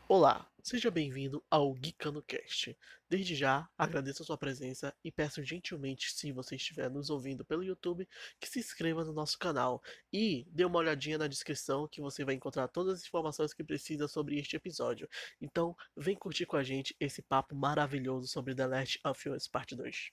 Olá, seja bem-vindo ao GuiCanoCast. Desde já, agradeço a sua presença e peço gentilmente, se você estiver nos ouvindo pelo YouTube, que se inscreva no nosso canal e dê uma olhadinha na descrição que você vai encontrar todas as informações que precisa sobre este episódio. Então, vem curtir com a gente esse papo maravilhoso sobre The Last of Us Parte 2.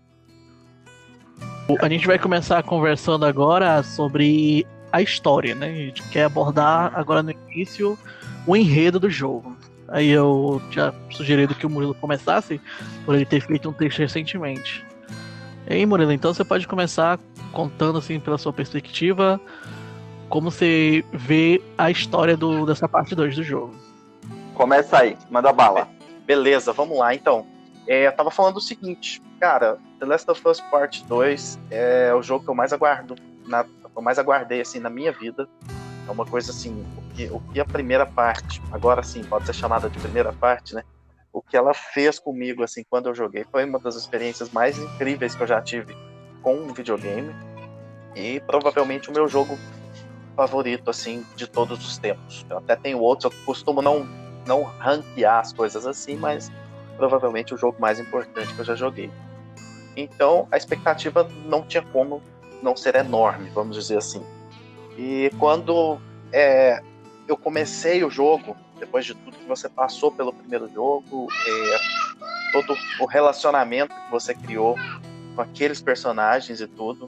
A gente vai começar conversando agora sobre a história, né? A gente quer abordar agora no início o enredo do jogo. Aí eu tinha sugerido que o Murilo começasse, por ele ter feito um texto recentemente. E aí, Murilo, então você pode começar contando, assim, pela sua perspectiva, como você vê a história dessa parte 2 do jogo. Começa aí, manda bala. Beleza, vamos lá então. Eu tava falando o seguinte, cara, The Last of Us Part 2 é o jogo que eu mais aguardei assim na minha vida. É uma coisa assim, o que a primeira parte, agora sim, pode ser chamada de primeira parte, né? O que ela fez comigo assim quando eu joguei foi uma das experiências mais incríveis que eu já tive com um videogame e provavelmente o meu jogo favorito assim de todos os tempos. Eu até tenho outros, eu costumo não ranquear as coisas assim, mas provavelmente o jogo mais importante que eu já joguei. Então, a expectativa não tinha como não ser enorme, vamos dizer assim. E quando eu comecei o jogo, depois de tudo que você passou pelo primeiro jogo, todo o relacionamento que você criou com aqueles personagens e tudo,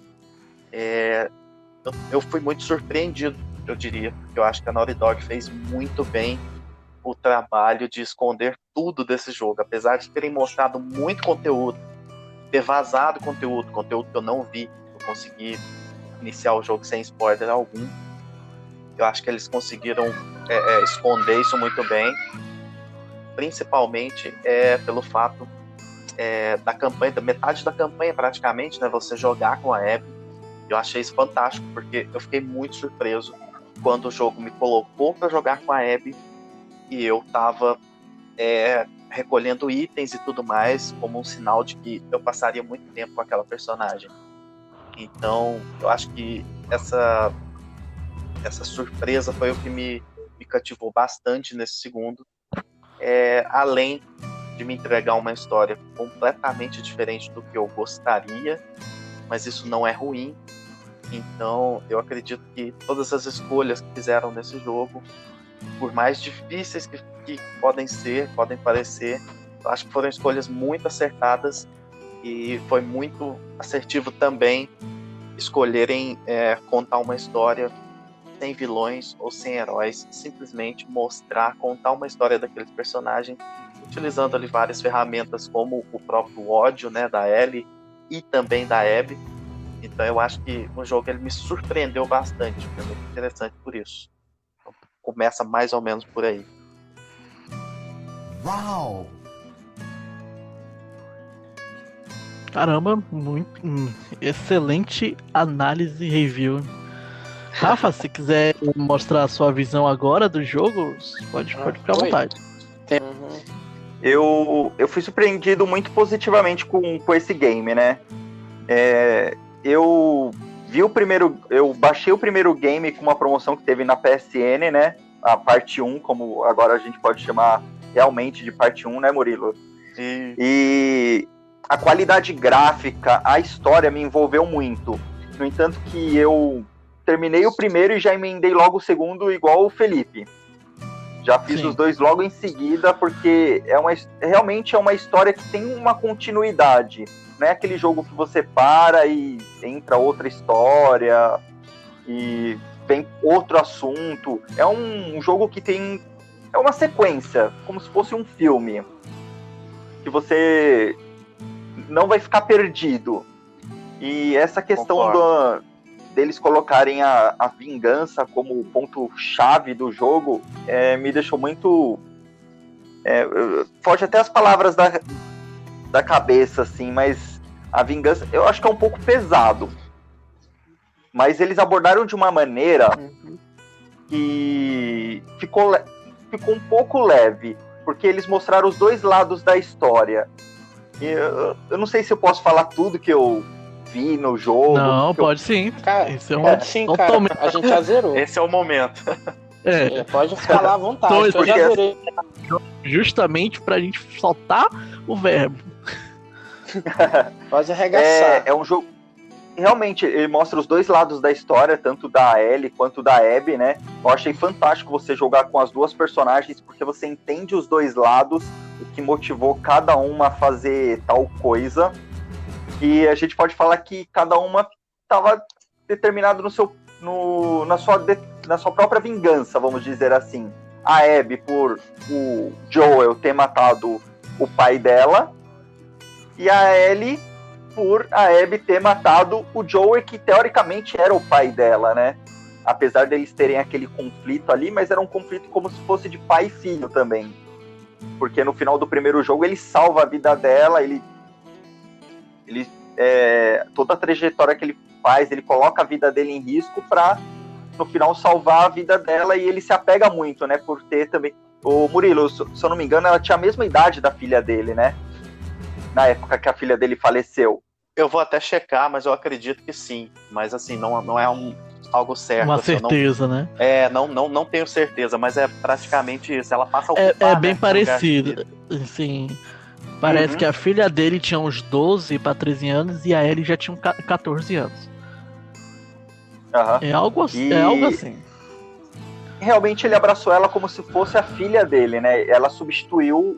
eu fui muito surpreendido, eu diria. Eu acho que a Naughty Dog fez muito bem o trabalho de esconder tudo desse jogo, apesar de terem mostrado muito conteúdo, ter vazado conteúdo que eu não vi, eu consegui iniciar o jogo sem spoiler algum. Eu acho que eles conseguiram esconder isso muito bem, principalmente pelo fato da campanha, da metade da campanha praticamente, né, você jogar com a Abby. Eu achei isso fantástico, porque eu fiquei muito surpreso quando o jogo me colocou para jogar com a Abby e eu tava recolhendo itens e tudo mais como um sinal de que eu passaria muito tempo com aquela personagem. Então, eu acho que essa surpresa foi o que me cativou bastante nesse segundo. Além de me entregar uma história completamente diferente do que eu gostaria, mas isso não é ruim. Então, eu acredito que todas as escolhas que fizeram nesse jogo, por mais difíceis que podem parecer, eu acho que foram escolhas muito acertadas e foi muito assertivo também escolherem contar uma história sem vilões ou sem heróis, simplesmente contar uma história daqueles personagens, utilizando ali várias ferramentas como o próprio ódio, né, da Ellie e também da Abby. Então eu acho que o jogo ele me surpreendeu bastante, foi muito interessante por isso. Então, começa mais ou menos por aí. Uau! Caramba, muito excelente análise e review. Rafa, se quiser mostrar a sua visão agora do jogo, pode ficar à vontade. Eu fui surpreendido muito positivamente com esse game, né? Eu baixei o primeiro game com uma promoção que teve na PSN, né? A parte 1, como agora a gente pode chamar realmente de parte 1, né, Murilo? E a qualidade gráfica, a história me envolveu muito. No entanto que eu terminei o primeiro e já emendei logo o segundo, igual o Felipe. Já fiz os dois logo em seguida, porque realmente é uma história que tem uma continuidade. Não é aquele jogo que você para e entra outra história e vem outro assunto. É um jogo que tem... É uma sequência, como se fosse um filme. Que você não vai ficar perdido. E essa questão deles colocarem a vingança como ponto-chave do jogo me deixou muito... foge até as palavras da cabeça, assim, mas a vingança eu acho que é um pouco pesado. Mas eles abordaram de uma maneira que ficou um pouco leve, porque eles mostraram os dois lados da história. Eu não sei se eu posso falar tudo que eu vi no jogo. Não, pode sim. Cara, pode sim, cara. A gente já zerou. Esse é o momento. Pode falar à vontade, Dois, que eu já porque- virei. Justamente pra gente soltar o verbo. Pode arregaçar. É um jogo. Realmente, ele mostra os dois lados da história, tanto da Ellie quanto da Abby, né? Eu achei fantástico você jogar com as duas personagens, porque você entende os dois lados, o que motivou cada uma a fazer tal coisa. E a gente pode falar que cada uma estava determinada na sua própria vingança, vamos dizer assim. A Abby por o Joel ter matado o pai dela, e a Ellie por a Abby ter matado o Joel, que teoricamente era o pai dela, né? Apesar deles terem aquele conflito ali, mas era um conflito como se fosse de pai e filho também. Porque no final do primeiro jogo ele salva a vida dela, toda a trajetória que ele faz, ele coloca a vida dele em risco pra no final salvar a vida dela, e ele se apega muito, né? Por ter também... O Murilo, se eu não me engano, ela tinha a mesma idade da filha dele, né? Na época que a filha dele faleceu. Eu vou até checar, mas eu acredito que sim. Mas assim, não é algo certo. Uma assim, certeza, né? Não tenho certeza, mas é praticamente isso. Ela passa a É ocupar, bem né, o lugar parecido. dele. Assim, parece que a filha dele tinha uns 12 para 13 anos e a Ellie já tinha 14 anos. Uhum. É algo assim. Realmente ele abraçou ela como se fosse a filha dele, né? Ela substituiu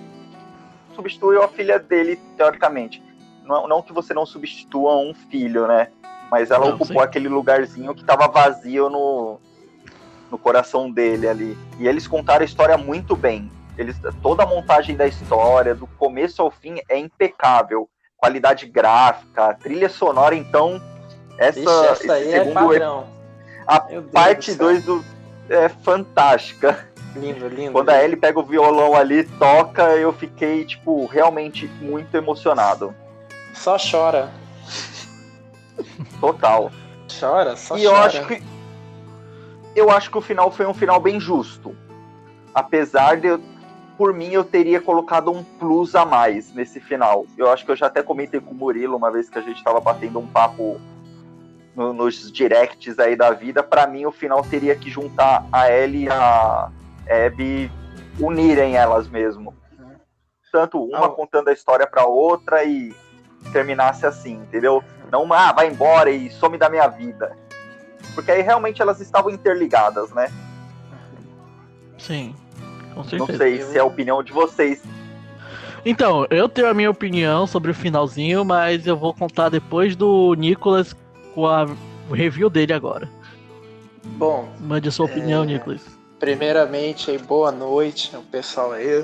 a filha dele, teoricamente. Não que você não substitua um filho, né? Mas ela ocupou aquele lugarzinho que estava vazio no coração dele ali. E eles contaram a história muito bem. Toda a montagem da história, do começo ao fim, é impecável. Qualidade gráfica, trilha sonora, então... Essa aí é padrão. A parte 2 é fantástica. Lindo. Quando a Ellie pega o violão ali, toca, eu fiquei, tipo, realmente muito emocionado. Só chora. Total. Chora. Eu acho que o final foi um final bem justo. Apesar de, por mim, eu teria colocado um plus a mais nesse final. Eu acho que eu já até comentei com o Murilo uma vez que a gente estava batendo um papo nos directs aí da vida. Pra mim, o final teria que juntar a Ellie e a Abby, unirem elas mesmo. Tanto uma contando a história pra outra e terminasse assim, entendeu? Não, vai embora e some da minha vida. Porque aí realmente elas estavam interligadas, né? Sim, com certeza. Não sei se é a opinião de vocês. Então, eu tenho a minha opinião sobre o finalzinho, mas eu vou contar depois do Nicolas com o review dele agora. Bom, mande a sua opinião, Nicolas. Primeiramente, boa noite ao pessoal aí.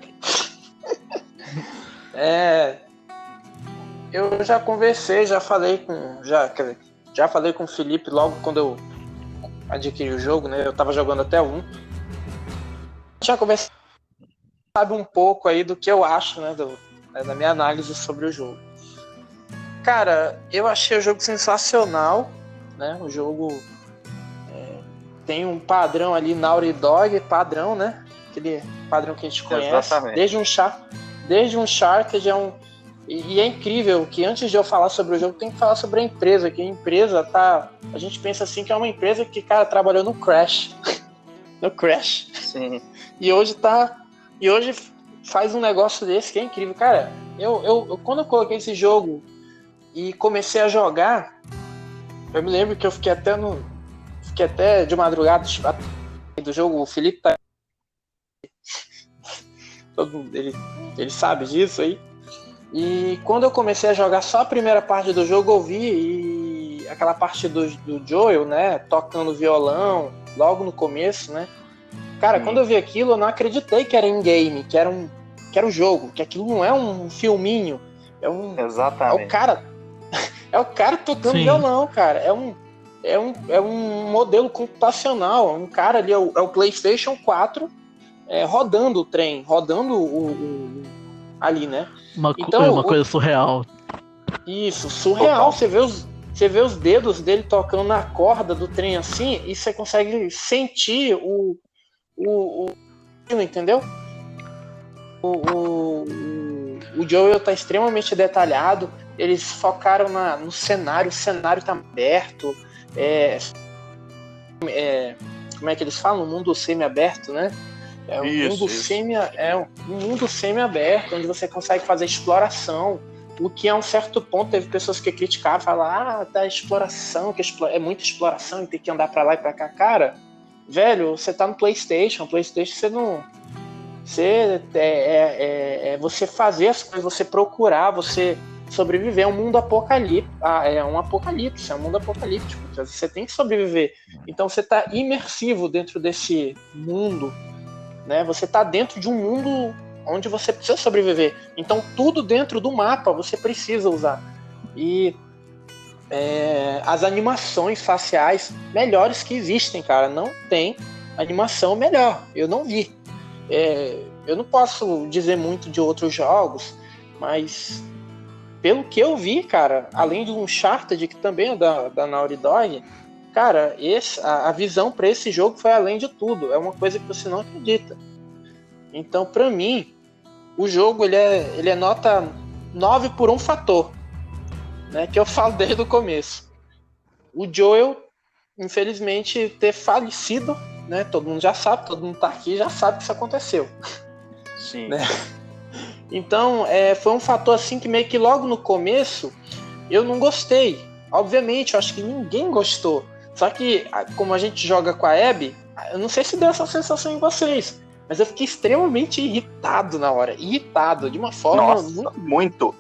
Eu já conversei, já falei com o Felipe logo quando eu adquiri o jogo, né? Eu tava jogando até o 1. Já conversado, sabe um pouco aí do que eu acho, né? Da minha análise sobre o jogo. Cara, eu achei o jogo sensacional, né? O jogo tem um padrão ali, Naughty Dog, padrão, né? Aquele padrão que a gente conhece. Exatamente. Desde um Uncharted E é incrível que antes de eu falar sobre o jogo, tem que falar sobre a empresa, que a empresa tá... A gente pensa assim que é uma empresa que, cara, trabalhou no Crash. No Crash. Sim. E hoje faz um negócio desse que é incrível. Cara, eu quando eu coloquei esse jogo e comecei a jogar, eu me lembro que eu fiquei até de madrugada do jogo. O Felipe tá... ele sabe disso aí. E quando eu comecei a jogar só a primeira parte do jogo, eu vi aquela parte do Joel, né, tocando violão, logo no começo, né. Cara, quando eu vi aquilo, eu não acreditei que era in-game, que era um jogo, que aquilo não é um filminho. Exatamente. É o cara tocando violão, cara. É um modelo computacional. Um cara ali, é o PlayStation 4 rodando o trem, rodando ali, né? Uma coisa surreal. Isso, surreal. Você vê os dedos dele tocando na corda do trem assim, e você consegue sentir o entendeu? O Joel tá extremamente detalhado. Eles focaram no cenário. O cenário tá aberto. como é que eles falam? Um mundo semi-aberto, né? É um mundo semi-aberto, onde você consegue fazer exploração. O que a um certo ponto teve pessoas que criticavam, falavam, tá exploração, é muita exploração e tem que andar pra lá e pra cá. Cara, velho, você tá no PlayStation você não... Você fazer as coisas, você procurar, você sobreviver. É um mundo apocalíptico. É um mundo apocalíptico. Você tem que sobreviver. Então você tá imersivo dentro desse mundo, né? Você tá dentro de um mundo onde você precisa sobreviver. Então tudo dentro do mapa você precisa usar. E as animações faciais melhores que existem, cara. Não tem animação melhor. Eu não vi. Eu não posso dizer muito de outros jogos, mas pelo que eu vi, cara, além do Uncharted, que também é da Naughty Dog, cara, a visão para esse jogo foi além de tudo. É uma coisa que você não acredita. Então, para mim, o jogo ele é nota 9 por um fator, né, que eu falo desde o começo. O Joel, infelizmente, ter falecido, né, todo mundo já sabe, todo mundo tá aqui já sabe que isso aconteceu. Sim. Né? Então, foi um fator assim que meio que logo no começo eu não gostei. Obviamente, eu acho que ninguém gostou. Só que, como a gente joga com a Abby, eu não sei se deu essa sensação em vocês, mas eu fiquei extremamente irritado na hora. Irritado, de uma forma... Nossa, muito.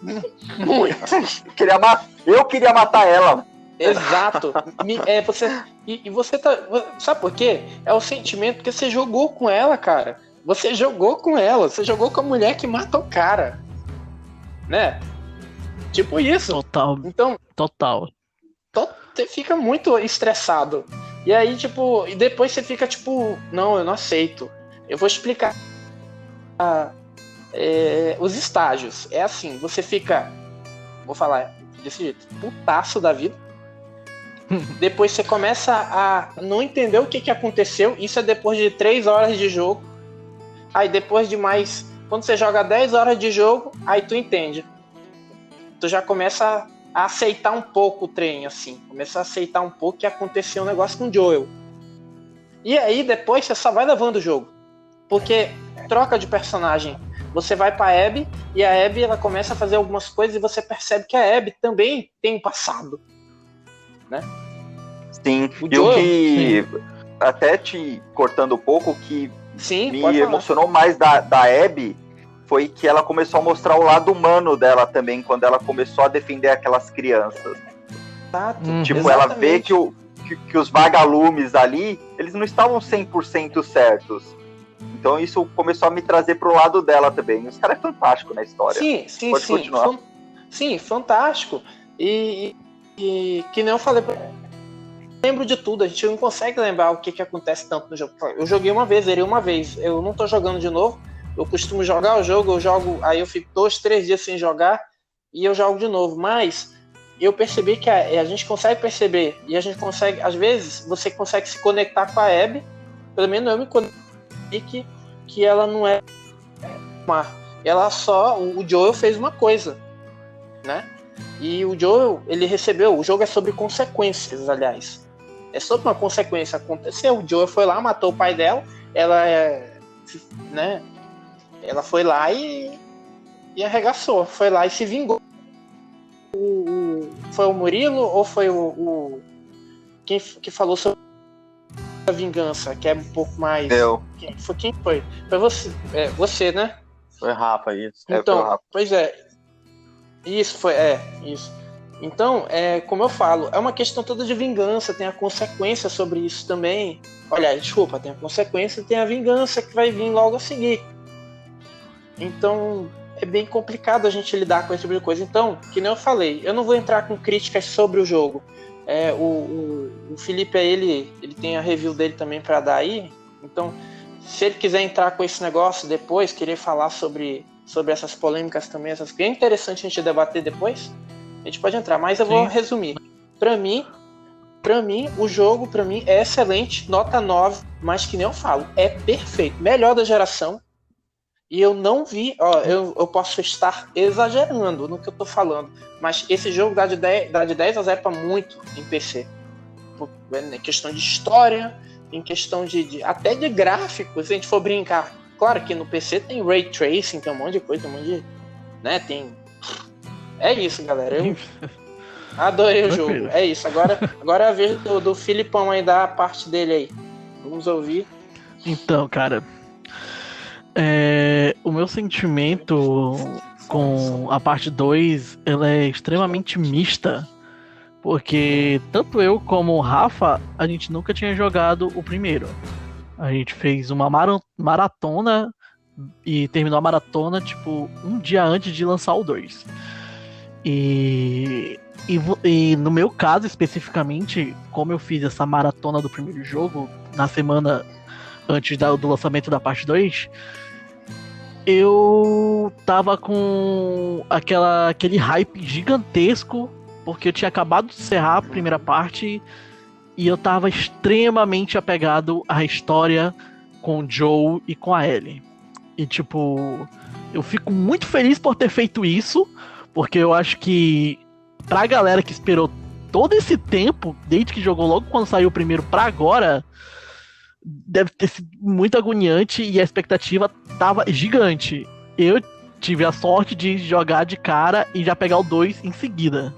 Eu queria matar ela. Exato. Você tá... Sabe por quê? É o sentimento que você jogou com ela, cara. Você jogou com ela. Você jogou com a mulher que mata o cara. Né? Tipo isso. Total. Então, Total. Você fica muito estressado. E aí, tipo... E depois você fica, tipo... Não, eu não aceito. Eu vou explicar os estágios. É assim, você fica... Vou falar desse jeito. Putaço da vida. Depois você começa a não entender o que aconteceu. Isso é depois de 3 horas de jogo. Aí depois de mais... Quando você joga 10 horas de jogo, aí tu entende. Tu já começa a aceitar um pouco o trem, assim. Começa a aceitar um pouco que aconteceu um negócio com o Joel. E aí depois você só vai levando o jogo. Porque troca de personagem. Você vai pra Abby e a Abby ela começa a fazer algumas coisas e você percebe que a Abby também tem um passado. Né? Sim, e o que, até te cortando um pouco, o que me emocionou mais da Abby foi que ela começou a mostrar o lado humano dela também, quando ela começou a defender aquelas crianças. Exato. Tipo, Exatamente. Ela vê que os vagalumes ali, eles não estavam 100% certos. Então isso começou a me trazer pro lado dela também. Os caras é fantástico na história. Sim. Pode continuar. Sim, fantástico. E que nem eu falei, lembro de tudo, a gente não consegue lembrar o que acontece tanto no jogo. Eu joguei uma vez, zerei uma vez, eu não tô jogando de novo, eu costumo jogar o jogo, aí eu fico 2, 3 dias sem jogar e eu jogo de novo, mas eu percebi que a gente consegue perceber, e a gente consegue, às vezes, você consegue se conectar com a Abby, pelo menos eu me conectei que ela não é uma, ela só, o Joel fez uma coisa, né? E o Joel, ele recebeu... O jogo é sobre consequências, aliás. É sobre uma consequência. Aconteceu. O Joel foi lá, matou o pai dela. Ela né? Ela foi lá e arregaçou. Foi lá e se vingou. Foi o Murilo ou foi quem que falou sobre a vingança? Que é um pouco mais... Eu. Quem foi? Foi você. Você, né? Foi Rafa, isso. Então, Rafa. Pois é. Isso. Então, como eu falo, é uma questão toda de vingança, tem a consequência sobre isso também. Olha, desculpa, tem a consequência e tem a vingança que vai vir logo a seguir. Então, é bem complicado a gente lidar com esse tipo de coisa. Então, que nem eu falei, eu não vou entrar com críticas sobre o jogo. O Felipe, ele tem a review dele também para dar aí. Então, se ele quiser entrar com esse negócio depois, querer falar sobre essas polêmicas também, essas que é interessante a gente debater depois, a gente pode entrar, mas eu vou resumir. Pra mim, o jogo é excelente, nota 9, mas que nem eu falo, é perfeito, melhor da geração, e eu não vi, eu posso estar exagerando no que eu tô falando, mas esse jogo dá de 10 a 0 pra muito em PC. É questão de história, em questão até de gráficos, se a gente for brincar. Claro que no PC tem Ray Tracing, tem um monte de coisa, tem um monte de... né, tem... É isso, galera. Eu adorei o jogo. É isso. Agora é a vez do Filipão aí dar a parte dele aí. Vamos ouvir. Então, cara, o meu sentimento com a parte 2, ela é extremamente mista, porque tanto eu como o Rafa, a gente nunca tinha jogado o primeiro. A gente fez uma maratona e terminou a maratona, tipo, um dia antes de lançar o 2. E no meu caso, especificamente, como eu fiz essa maratona do primeiro jogo, na semana antes do lançamento da parte 2, eu tava com aquele hype gigantesco, porque eu tinha acabado de encerrar a primeira parte e eu tava extremamente apegado à história com o Joe e com a Ellie. E tipo, eu fico muito feliz por ter feito isso, porque eu acho que pra galera que esperou todo esse tempo, desde que jogou logo quando saiu o primeiro pra agora, deve ter sido muito agoniante e a expectativa tava gigante. Eu tive a sorte de jogar de cara e já pegar o 2 em seguida.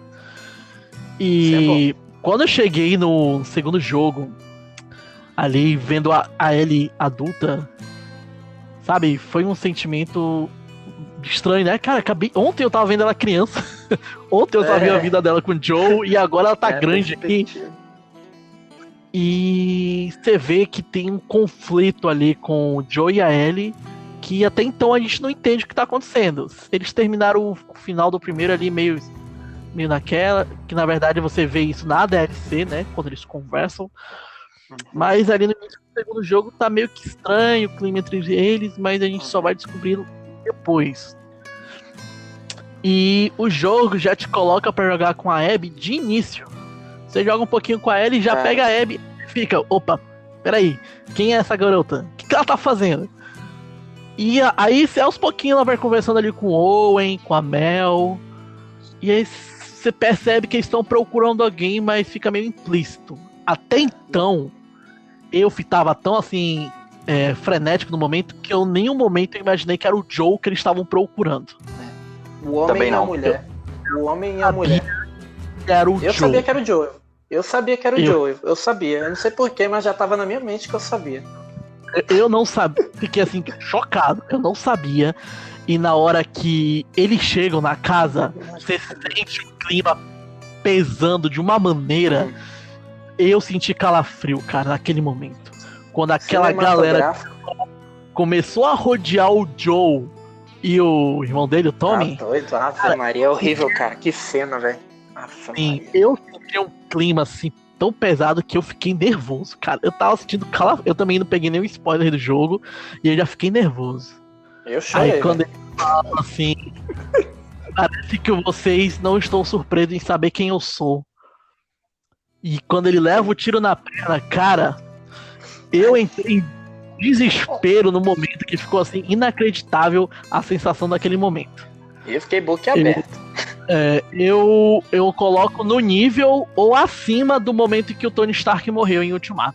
E quando eu cheguei no segundo jogo, ali vendo a Ellie adulta, sabe, foi um sentimento estranho, né? Cara, ontem eu tava vendo ela criança, ontem eu tava vendo a vida dela com o Joe e agora ela tá grande aqui. E você vê que tem um conflito ali com o Joe e a Ellie, que até então a gente não entende o que tá acontecendo. Eles terminaram o final do primeiro ali meio naquela, que na verdade você vê isso na DLC, né, quando eles conversam. Mas ali no segundo jogo tá meio que estranho o clima entre eles, mas a gente só vai descobrir depois. E o jogo já te coloca pra jogar com a Abby de início. Você joga um pouquinho com a Ellie, já pega a Abby e fica, opa, peraí, quem é essa garota? O que ela tá fazendo? E aí, aos pouquinhos, ela vai conversando ali com o Owen, com a Mel. E aí você percebe que eles estão procurando alguém, mas fica meio implícito. Até então, eu tava tão assim, frenético no momento, que eu em nenhum momento imaginei que era o Joe que eles estavam procurando. O homem Também e a não. mulher. O homem e a mulher. Era o Eu Joe. sabia que era o Joe. Eu sabia que era o Joe. Eu sabia. Eu não sei porquê, mas já tava na minha mente que eu sabia. Eu não sabia. Fiquei assim, chocado. Eu não sabia. E na hora que eles chegam na casa, você sente o clima pesando de uma maneira. Eu senti calafrio, cara, naquele momento. Quando aquela galera começou a rodear o Joe e o irmão dele, o Tommy. Ah, doido. Ave Maria, é horrível, cara. Que cena, velho. Sim, eu senti um clima assim tão pesado que eu fiquei nervoso, cara. Eu tava sentindo calafrio. Eu também não peguei nenhum spoiler do jogo e eu já fiquei nervoso. Eu chorei. Aí quando ele fala assim, parece que vocês não estão surpresos em saber quem eu sou. E quando ele leva o tiro na perna, cara, eu entrei em desespero no momento, que ficou assim, inacreditável a sensação daquele momento. Eu fiquei boquiaberto. Eu coloco no nível ou acima do momento em que o Tony Stark morreu em Ultimato.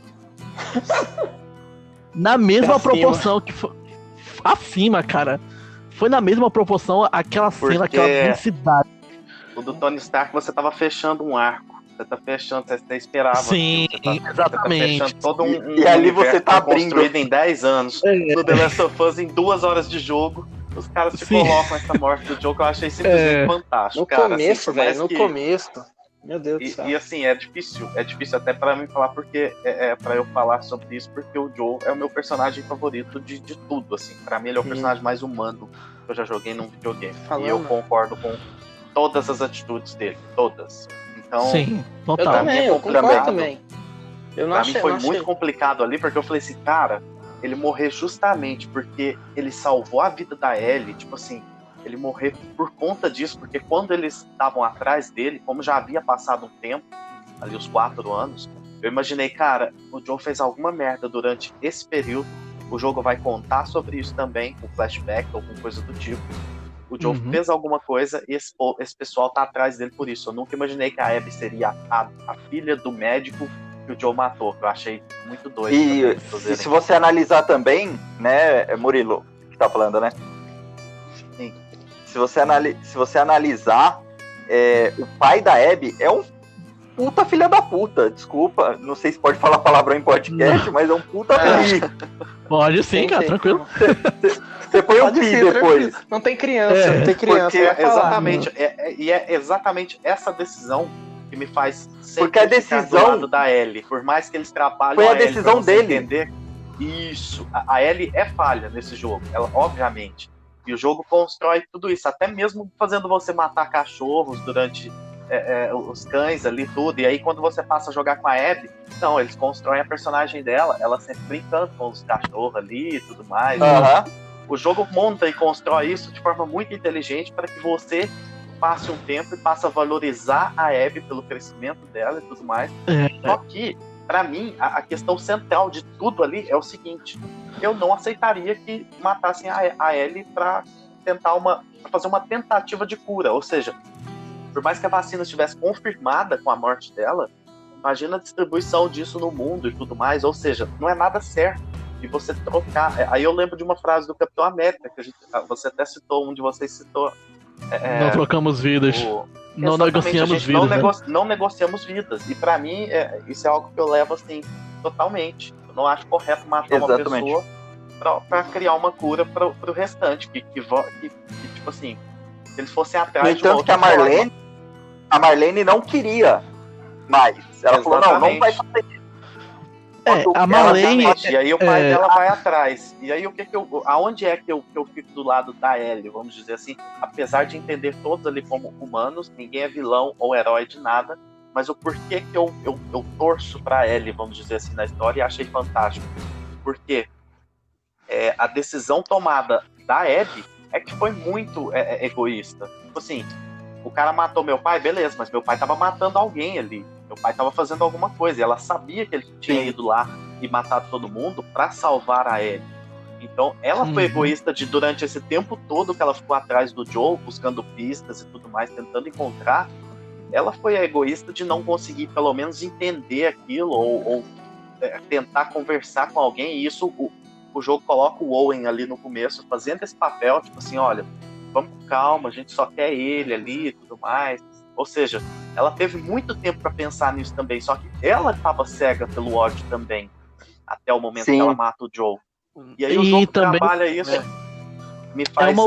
Na mesma proporção que foi. Acima, cara. Foi na mesma proporção aquela cena, aquela densidade. O do Tony Stark, você tava fechando um arco. Você tá fechando, você esperava. Sim, exatamente. Você tá fechando todo um e ali você tá construído em 10 anos. No The Last of Us, em 2 horas de jogo, os caras te colocam essa morte do Joe, que eu achei simplesmente fantástico. No cara, começo, assim, velho, no começo. Meu Deus do céu. E assim, é difícil até pra mim falar, porque pra eu falar sobre isso, porque o Joe é o meu personagem favorito de tudo, assim. Pra mim ele é o personagem mais humano que eu já joguei num videogame. E eu concordo com todas as atitudes dele, todas. Então, sim, total. Eu concordo também. Pra mim foi muito complicado ali, porque eu falei assim, cara, ele morrer justamente porque ele salvou a vida da Ellie, tipo assim, ele morrer por conta disso, porque quando eles estavam atrás dele, como já havia passado um tempo, ali os 4 anos, eu imaginei, cara, o Joe fez alguma merda durante esse período, o jogo vai contar sobre isso também, com flashback ou com coisa do tipo. O Joe fez alguma coisa e esse pessoal tá atrás dele por isso. Eu nunca imaginei que a Abby seria a filha do médico o Joe matou, que eu achei muito doido. E se você analisar também, né, Murilo, que tá falando, né? Sim. Se você analisar, o pai da Abby é um puta filha da puta, desculpa, não sei se pode falar palavrão em podcast, mas é um puta filho. Pode sim, cara, tranquilo. Você põe um pi depois. Não tem criança, não tem criança. Porque exatamente, é exatamente essa decisão que me faz sempre porque a decisão do lado da Ellie, por mais que eles trabalhem foi a decisão dele. Entender, isso, a Ellie é falha nesse jogo, ela obviamente. E o jogo constrói tudo isso, até mesmo fazendo você matar cachorros durante os cães ali, tudo. E aí quando você passa a jogar com a Abby, não, eles constroem a personagem dela, ela sempre brincando com os cachorros ali e tudo mais. O jogo monta e constrói isso de forma muito inteligente para que você passe um tempo e passe a valorizar a Abby pelo crescimento dela e tudo mais. Só que, pra mim, a questão central de tudo ali é o seguinte: eu não aceitaria que matassem a Ellie pra tentar pra fazer uma tentativa de cura. Ou seja, por mais que a vacina estivesse confirmada com a morte dela, imagina a distribuição disso no mundo e tudo mais. Ou seja, não é nada certo. E você trocar. Aí eu lembro de uma frase do Capitão América, que você até citou, um de vocês citou. Não trocamos vidas. Não negociamos vidas. Não negociamos vidas. E pra mim, isso é algo que eu levo assim, totalmente. Eu não acho correto matar uma pessoa pra criar uma cura pro restante. Que tipo assim, se eles fossem atrás. No entanto, que a Marlene não queria mais. Ela falou, não vai fazer isso. A Marlene... E aí o pai dela vai atrás. E aí aonde é que eu fico do lado da Ellie, vamos dizer assim, apesar de entender todos ali como humanos, ninguém é vilão ou herói de nada, mas o porquê que eu torço pra Ellie, vamos dizer assim, na história, e achei fantástico. Porque a decisão tomada da Abby é que foi muito egoísta. Tipo assim, o cara matou meu pai, beleza, mas meu pai tava matando alguém ali. Meu pai estava fazendo alguma coisa, e ela sabia que ele tinha ido lá e matado todo mundo para salvar a Ellie. Então, ela foi egoísta durante esse tempo todo que ela ficou atrás do Joe, buscando pistas e tudo mais, tentando encontrar. Ela foi a egoísta de não conseguir, pelo menos, entender aquilo ou tentar conversar com alguém. E isso, o jogo coloca o Owen ali no começo, fazendo esse papel, tipo assim, olha, vamos com calma, a gente só quer ele ali e tudo mais. Ou seja, ela teve muito tempo para pensar nisso também, só que ela estava cega pelo ódio também, até o momento que ela mata o Joe. E aí o jogo também trabalha isso, me faz...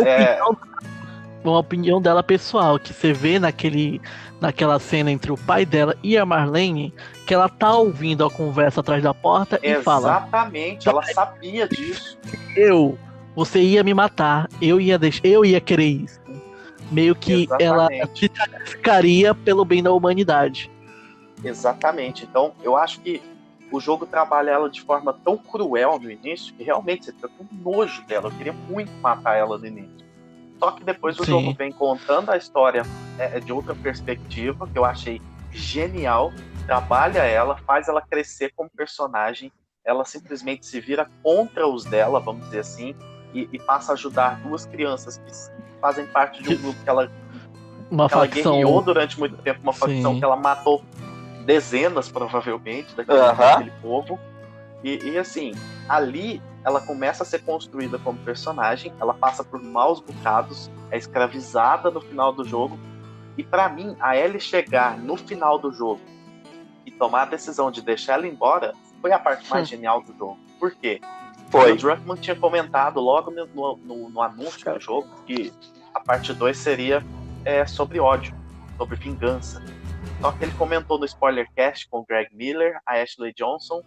uma opinião dela pessoal, que você vê naquela cena entre o pai dela e a Marlene, que ela tá ouvindo a conversa atrás da porta e fala... Exatamente, ela sabia disso. Você ia me matar, eu ia querer isso. Meio que ela se sacrificaria pelo bem da humanidade. Exatamente. Então, eu acho que o jogo trabalha ela de forma tão cruel no início que realmente você fica com nojo dela. Eu queria muito matar ela no início. Só que depois o jogo vem contando a história de outra perspectiva, que eu achei genial. Trabalha ela, faz ela crescer como personagem. Ela simplesmente se vira contra os dela, vamos dizer assim, e passa a ajudar duas crianças que fazem parte de um grupo que ela guerreou durante muito tempo, uma facção que ela matou dezenas, provavelmente, daquele povo. E assim, ali ela começa a ser construída como personagem, ela passa por maus bocados, é escravizada no final do jogo, e pra mim, a Ellie chegar no final do jogo e tomar a decisão de deixar ela embora, foi a parte mais genial do jogo. Por quê? O Druckmann tinha comentado logo no anúncio do jogo que a parte 2 seria sobre ódio, sobre vingança. Só que ele comentou no Spoilercast com o Greg Miller, a Ashley Johnson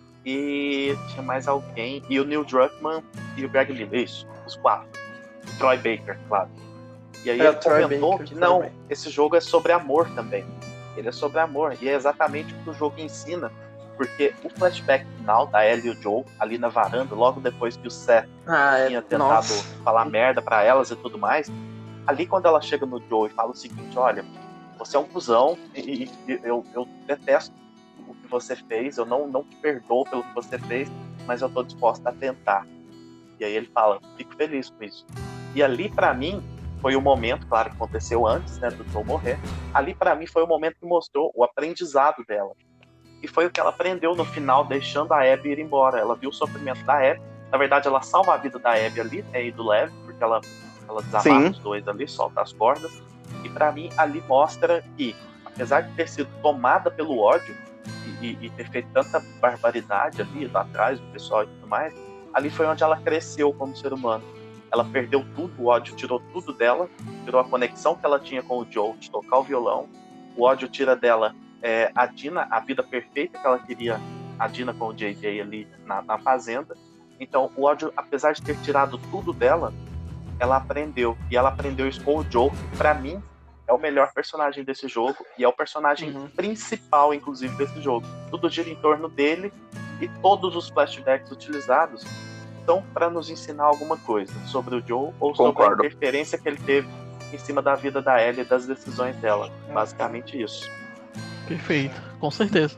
e tinha mais alguém, e o Neil Druckmann e o Greg Miller, isso, os quatro. O Troy Baker, claro. E aí ele comentou que não, esse jogo é sobre amor também. Ele é sobre amor, e é exatamente o que o jogo ensina. Porque o flashback final da Ellie e o Joe, ali na varanda, logo depois que o Seth tinha tentado falar merda pra elas e tudo mais, ali quando ela chega no Joe e fala o seguinte, olha, você é um cuzão e eu detesto o que você fez, eu não te perdoo pelo que você fez, mas eu tô disposta a tentar. E aí ele fala, fico feliz com isso. E ali pra mim foi o momento, claro que aconteceu antes, né, do Joe morrer, ali pra mim foi o momento que mostrou o aprendizado dela. E foi o que ela aprendeu no final, deixando a Abby ir embora. Ela viu o sofrimento da Abby. Na verdade, ela salva a vida da Abby ali, e do Lev, porque ela desamarra os dois ali, solta as cordas. E pra mim, ali mostra que, apesar de ter sido tomada pelo ódio e ter feito tanta barbaridade ali lá atrás, do pessoal e tudo mais, ali foi onde ela cresceu como ser humano. Ela perdeu tudo, o ódio tirou tudo dela, tirou a conexão que ela tinha com o Joe de tocar o violão. O ódio tira dela a Dina, a vida perfeita que ela queria, a Dina com o JJ ali na fazenda. Então, o ódio, apesar de ter tirado tudo dela, ela aprendeu. E ela aprendeu isso com o Joe, que pra mim é o melhor personagem desse jogo e é o personagem principal, inclusive, desse jogo. Tudo gira em torno dele e todos os flashbacks utilizados são para nos ensinar alguma coisa sobre o Joe ou sobre a interferência que ele teve em cima da vida da Ellie e das decisões dela. Basicamente isso. Perfeito, com certeza.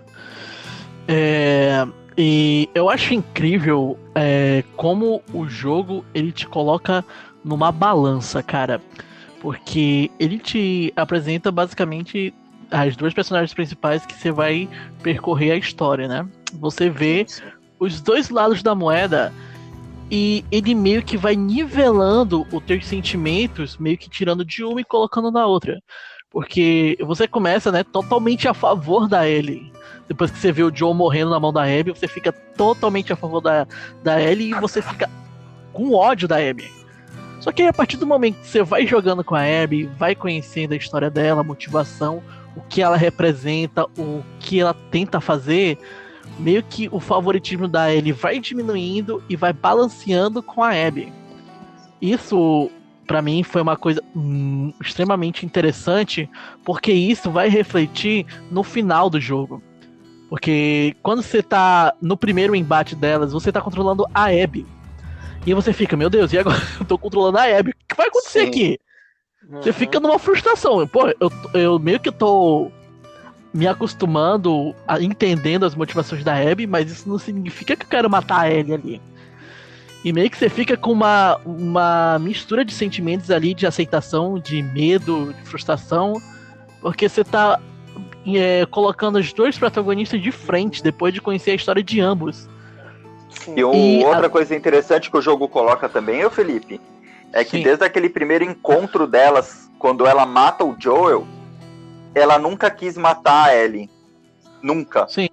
E eu acho incrível como o jogo ele te coloca numa balança, cara. Porque ele te apresenta basicamente as duas personagens principais que você vai percorrer a história, né? Você vê os dois lados da moeda e ele meio que vai nivelando os teus sentimentos, meio que tirando de uma e colocando na outra. Porque você começa, né, totalmente a favor da Ellie. Depois que você vê o Joe morrendo na mão da Abby, você fica totalmente a favor da Ellie e você fica com ódio da Abby. Só que aí, a partir do momento que você vai jogando com a Abby, vai conhecendo a história dela, a motivação, o que ela representa, o que ela tenta fazer, meio que o favoritismo da Ellie vai diminuindo e vai balanceando com a Abby. Isso, pra mim, foi uma coisa extremamente interessante, porque isso vai refletir no final do jogo. Porque quando você tá no primeiro embate delas, você tá controlando a Abby. E você fica, meu Deus, e agora eu tô controlando a Abby? O que vai acontecer aqui? Você fica numa frustração. Pô, eu meio que tô me acostumando, entendendo as motivações da Abby, mas isso não significa que eu quero matar a Ellie ali. E meio que você fica com uma mistura de sentimentos ali, de aceitação, de medo, de frustração, porque você tá colocando os dois protagonistas de frente, depois de conhecer a história de ambos. E outra coisa interessante que o jogo coloca também, Felipe, é que desde aquele primeiro encontro delas, quando ela mata o Joel, ela nunca quis matar a Ellie. Nunca. Sim.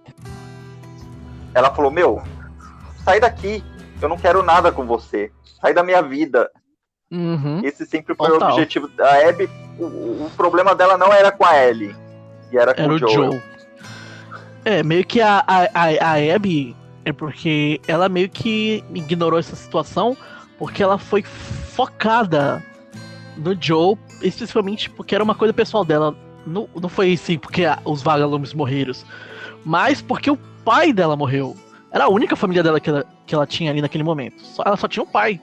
Ela falou, meu, sai daqui, eu não quero nada com você. Sai da minha vida. Esse sempre foi o objetivo da Abby. O problema dela não era com a Ellie, e era com o Joel. Meio que a Abby... É porque ela meio que ignorou essa situação porque ela foi focada no Joe, especificamente porque era uma coisa pessoal dela. Não foi assim porque os vagalumes morreram, mas porque o pai dela morreu. Era a única família dela que ela tinha ali naquele momento. Ela só tinha um pai.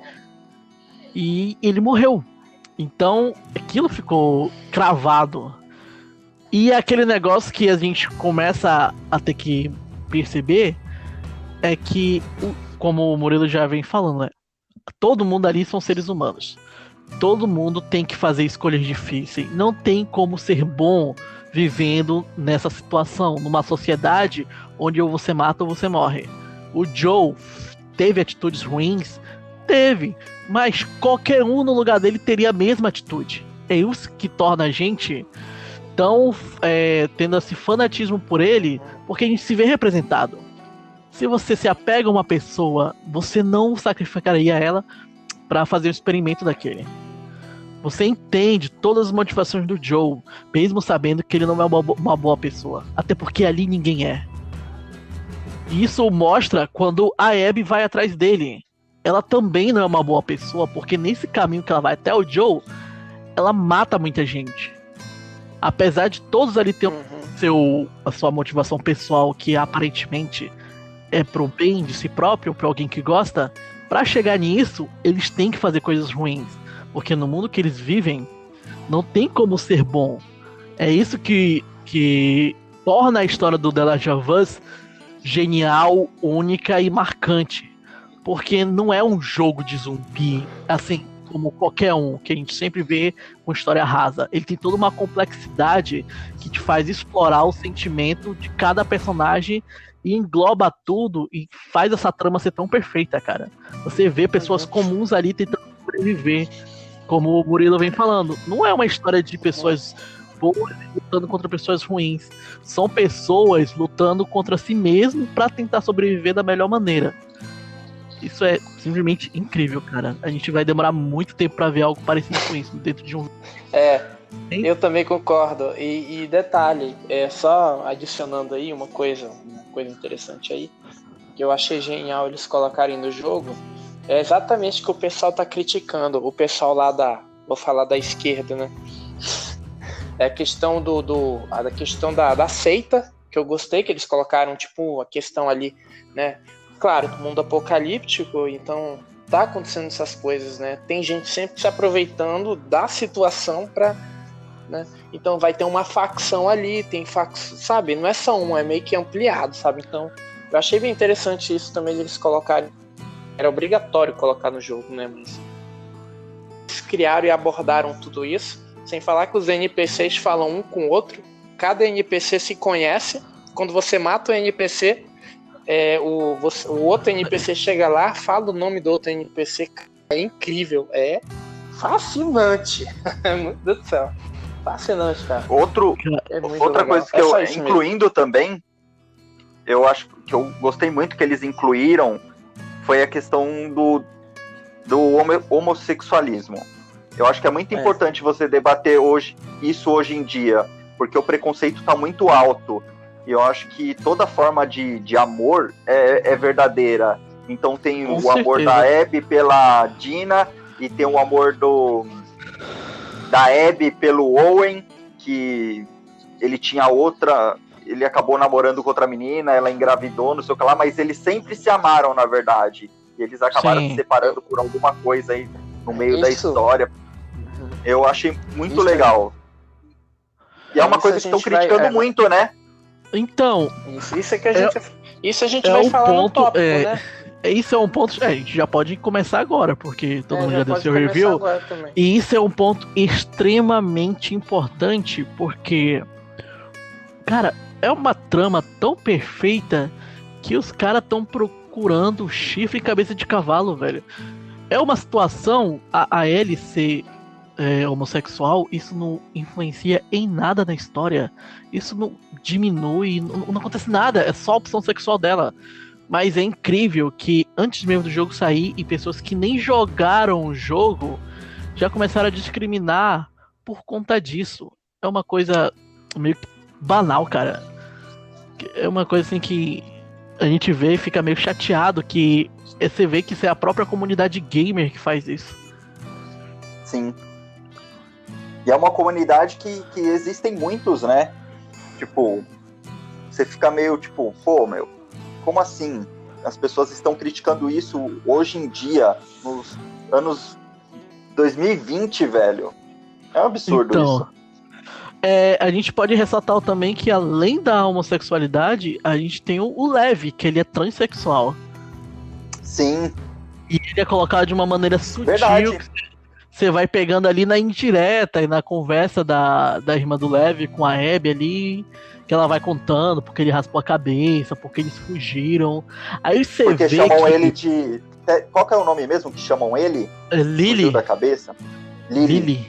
E ele morreu. Então aquilo ficou cravado. E aquele negócio que a gente começa a ter que perceber é que, como o Murilo já vem falando, né? Todo mundo ali são seres humanos. Todo mundo tem que fazer escolhas difíceis. Não tem como ser bom vivendo nessa situação, numa sociedade onde ou você mata ou você morre. O Joe teve atitudes ruins? Teve. Mas qualquer um no lugar dele teria a mesma atitude. É isso que torna a gente tão tendo esse fanatismo por ele, porque a gente se vê representado. Se você se apega a uma pessoa, você não sacrificaria ela para fazer um experimento daquele. Você entende todas as motivações do Joe, mesmo sabendo que ele não é uma boa pessoa. Até porque ali ninguém é. E isso mostra quando a Abby vai atrás dele. Ela também não é uma boa pessoa, porque nesse caminho que ela vai até o Joe, ela mata muita gente. Apesar de todos ali ter a sua motivação pessoal, que aparentemente é pro bem de si próprio, pra alguém que gosta, pra chegar nisso, eles têm que fazer coisas ruins. Porque no mundo que eles vivem, não tem como ser bom. É isso que torna a história do The Last of Us genial, única e marcante. Porque não é um jogo de zumbi, assim, como qualquer um, que a gente sempre vê com história rasa. Ele tem toda uma complexidade que te faz explorar o sentimento de cada personagem e engloba tudo e faz essa trama ser tão perfeita, cara. Você vê pessoas comuns ali tentando sobreviver, como o Murilo vem falando. Não é uma história de pessoas boas lutando contra pessoas ruins. São pessoas lutando contra si mesmo para tentar sobreviver da melhor maneira. Isso é simplesmente incrível, cara. A gente vai demorar muito tempo pra ver algo parecido com isso dentro de um... Eu também concordo. E detalhe, só adicionando aí uma coisa interessante aí, que eu achei genial eles colocarem no jogo, é exatamente o que o pessoal tá criticando. O pessoal lá vou falar da esquerda, né? É a questão a questão da seita, que eu gostei, que eles colocaram, tipo, a questão ali, né? Claro, mundo apocalíptico, então tá acontecendo essas coisas, né? Tem gente sempre se aproveitando da situação pra, né? Então vai ter uma facção ali, tem facção, sabe? Não é só um, é meio que ampliado, sabe? Então eu achei bem interessante isso também, eles colocarem. Era obrigatório colocar no jogo, né? Mas eles criaram e abordaram tudo isso, sem falar que os NPCs falam um com o outro, cada NPC se conhece, quando você mata o NPC... o outro NPC chega lá, fala o nome do outro NPC, é incrível, é fascinante. Meu Deus do céu, fascinante, cara. Outra coisa que eu, incluindo mesmo também, eu acho que eu gostei muito que eles incluíram, foi a questão do homossexualismo. Eu acho que é muito importante você debater isso hoje em dia, porque o preconceito tá muito alto. E eu acho que toda forma de amor é verdadeira. Então tem com o certeza. Amor da Abby pela Dina, e tem o amor da Abby pelo Owen, que ele tinha ele acabou namorando com outra menina, ela engravidou, não sei o que lá, mas eles sempre se amaram, na verdade. E eles acabaram se separando por alguma coisa aí no meio da história. Eu achei muito legal. E é uma coisa que estão criticando muito, né? Então, isso a gente vai falar no tópico, né? Isso é um ponto. A gente já pode começar agora, porque todo mundo já deu seu review. E isso é um ponto extremamente importante, porque, cara, é uma trama tão perfeita que os caras estão procurando chifre e cabeça de cavalo, velho. É uma situação, a Ellie ser homossexual, isso não influencia em nada na história. Isso não diminui, não acontece nada, é só a opção sexual dela. Mas é incrível que antes mesmo do jogo sair, e pessoas que nem jogaram o jogo já começaram a discriminar por conta disso. É uma coisa meio banal, cara. É uma coisa assim que a gente vê e fica meio chateado, que você vê que isso é a própria comunidade gamer que faz isso. Sim. E é uma comunidade que existem muitos, né? Tipo, você fica meio tipo, pô, meu, como assim? As pessoas estão criticando isso hoje em dia, nos anos 2020, velho. É um absurdo isso. A gente pode ressaltar também que além da homossexualidade, a gente tem o Levi, que ele é transexual. Sim. E ele é colocado de uma maneira sutil. Verdade. Você vai pegando ali na indireta e na conversa da irmã do Levi com a Abby ali, que ela vai contando porque ele raspou a cabeça, porque eles fugiram. Aí você vê porque chamam ele de... Qual que é o nome mesmo que chamam ele? Lily. Da cabeça? Lily.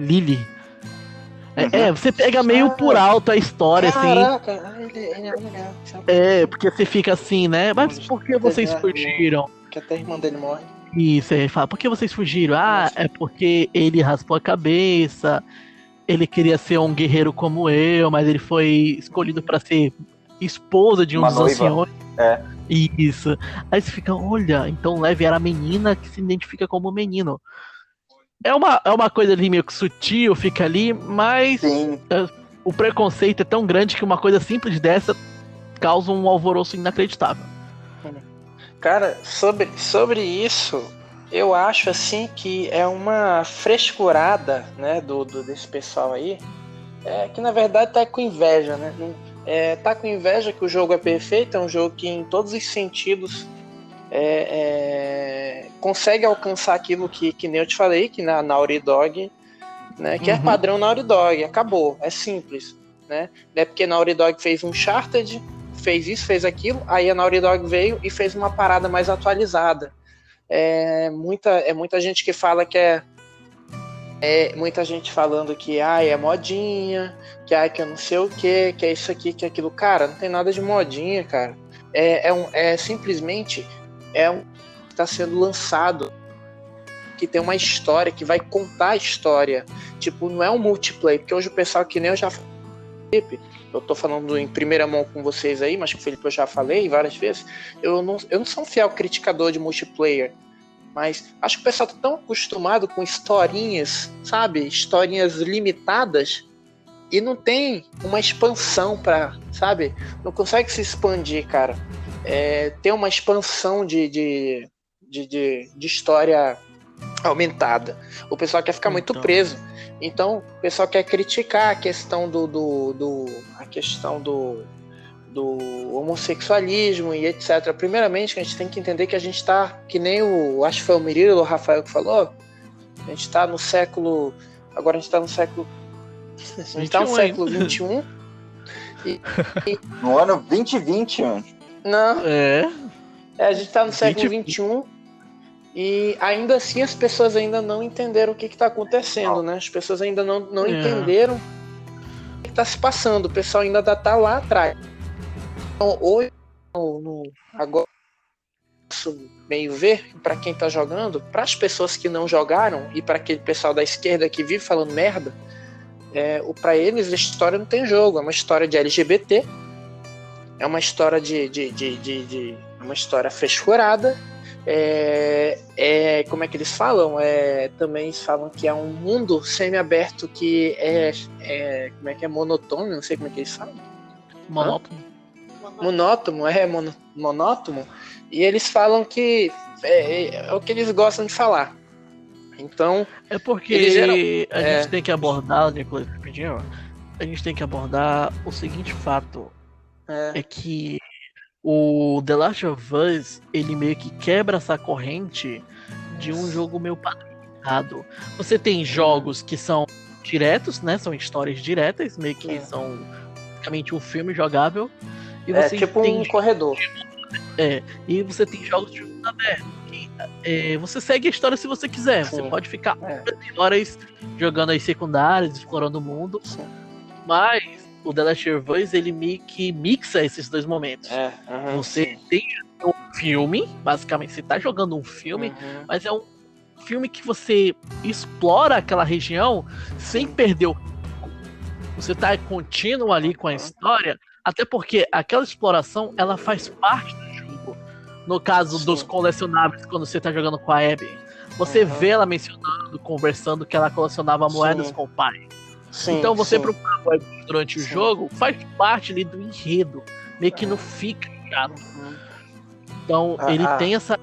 Uhum. Você pega meio por alto a história, caraca, assim. Ele é legal. Porque você fica assim, né? Mas por que vocês fugiram? Que até a irmã dele morre. Isso, aí fala, por que vocês fugiram? É porque ele raspou a cabeça, ele queria ser um guerreiro como eu, mas ele foi escolhido pra ser esposa de um dos anciões. Isso. Aí você fica, olha, então Levi era a menina que se identifica como menino. É uma coisa ali meio que sutil, fica ali, mas o preconceito é tão grande que uma coisa simples dessa causa um alvoroço inacreditável. Cara, sobre isso, eu acho assim que é uma frescurada, né, desse pessoal aí, que na verdade tá com inveja, né? Tá com inveja que o jogo é perfeito, é um jogo que em todos os sentidos consegue alcançar aquilo que nem eu te falei, que na Naughty Dog, né, que é padrão Naughty Dog, acabou, é simples, né? Não é porque a Naughty Dog fez um Uncharted, fez isso, fez aquilo, aí a Naughty Dog veio e fez uma parada mais atualizada. Muita gente que fala que muita gente falando que é modinha, que eu não sei o que é isso aqui, que é aquilo. Cara, não tem nada de modinha, cara. Simplesmente que está sendo lançado, que tem uma história, que vai contar a história. Tipo, não é um multiplayer, porque hoje o pessoal, que nem eu já falei, eu tô falando em primeira mão com vocês aí, mas com o Felipe eu já falei várias vezes, eu não sou um fiel criticador de multiplayer, mas acho que o pessoal tá tão acostumado com historinhas, sabe? Historinhas limitadas, e não tem uma expansão pra, sabe? Não consegue se expandir, cara. Ter uma expansão de história aumentada. O pessoal quer ficar muito preso. Então, o pessoal quer criticar a questão do homossexualismo e etc. Primeiramente, a gente tem que entender que a gente tá, que nem acho que foi o Murilo, o Rafael que falou, a gente tá no século, agora a gente tá no século, a gente tá no século 21 e no ano 2020, mano. Não. A gente tá no século 21 e ainda assim as pessoas ainda não entenderam o que está acontecendo, né? As pessoas ainda não entenderam o que está se passando. O pessoal ainda tá lá atrás. Então, hoje, agora, meio ver, para quem tá jogando, para as pessoas que não jogaram e para aquele pessoal da esquerda que vive falando merda, para eles a história não tem jogo. É uma história de LGBT, é uma história uma história frescurada. Como é que eles falam? Também eles falam que é um mundo semi-aberto que como é que é? Monotônio, não sei como é que eles falam. Monótono. E eles falam que é o que eles gostam de falar. Então, é porque a gente tem que abordar, Nicolas, a gente tem que abordar o seguinte fato, é que o The Last of Us, ele meio que quebra essa corrente de um jogo meio padronizado. Você tem jogos que são diretos, né? São histórias diretas, meio que são basicamente um filme jogável. E você tipo tem um corredor. E você tem jogos de mundo aberto. Você segue a história se você quiser. Sim. Você pode ficar horas jogando as secundárias, explorando o mundo. Sim. Mas o The Last of Us, ele meio que mixa esses dois momentos. Você tem um filme, basicamente você tá jogando um filme, mas é um filme que você explora aquela região sem perder o... Você tá contínuo ali com a história, até porque aquela exploração, ela faz parte do jogo. No caso dos colecionáveis, quando você tá jogando com a Abby, você vê ela mencionando, conversando que ela colecionava moedas com o pai. Então você procurar durante o jogo, faz parte ali do enredo, meio que não fica chato. Então ele tem essa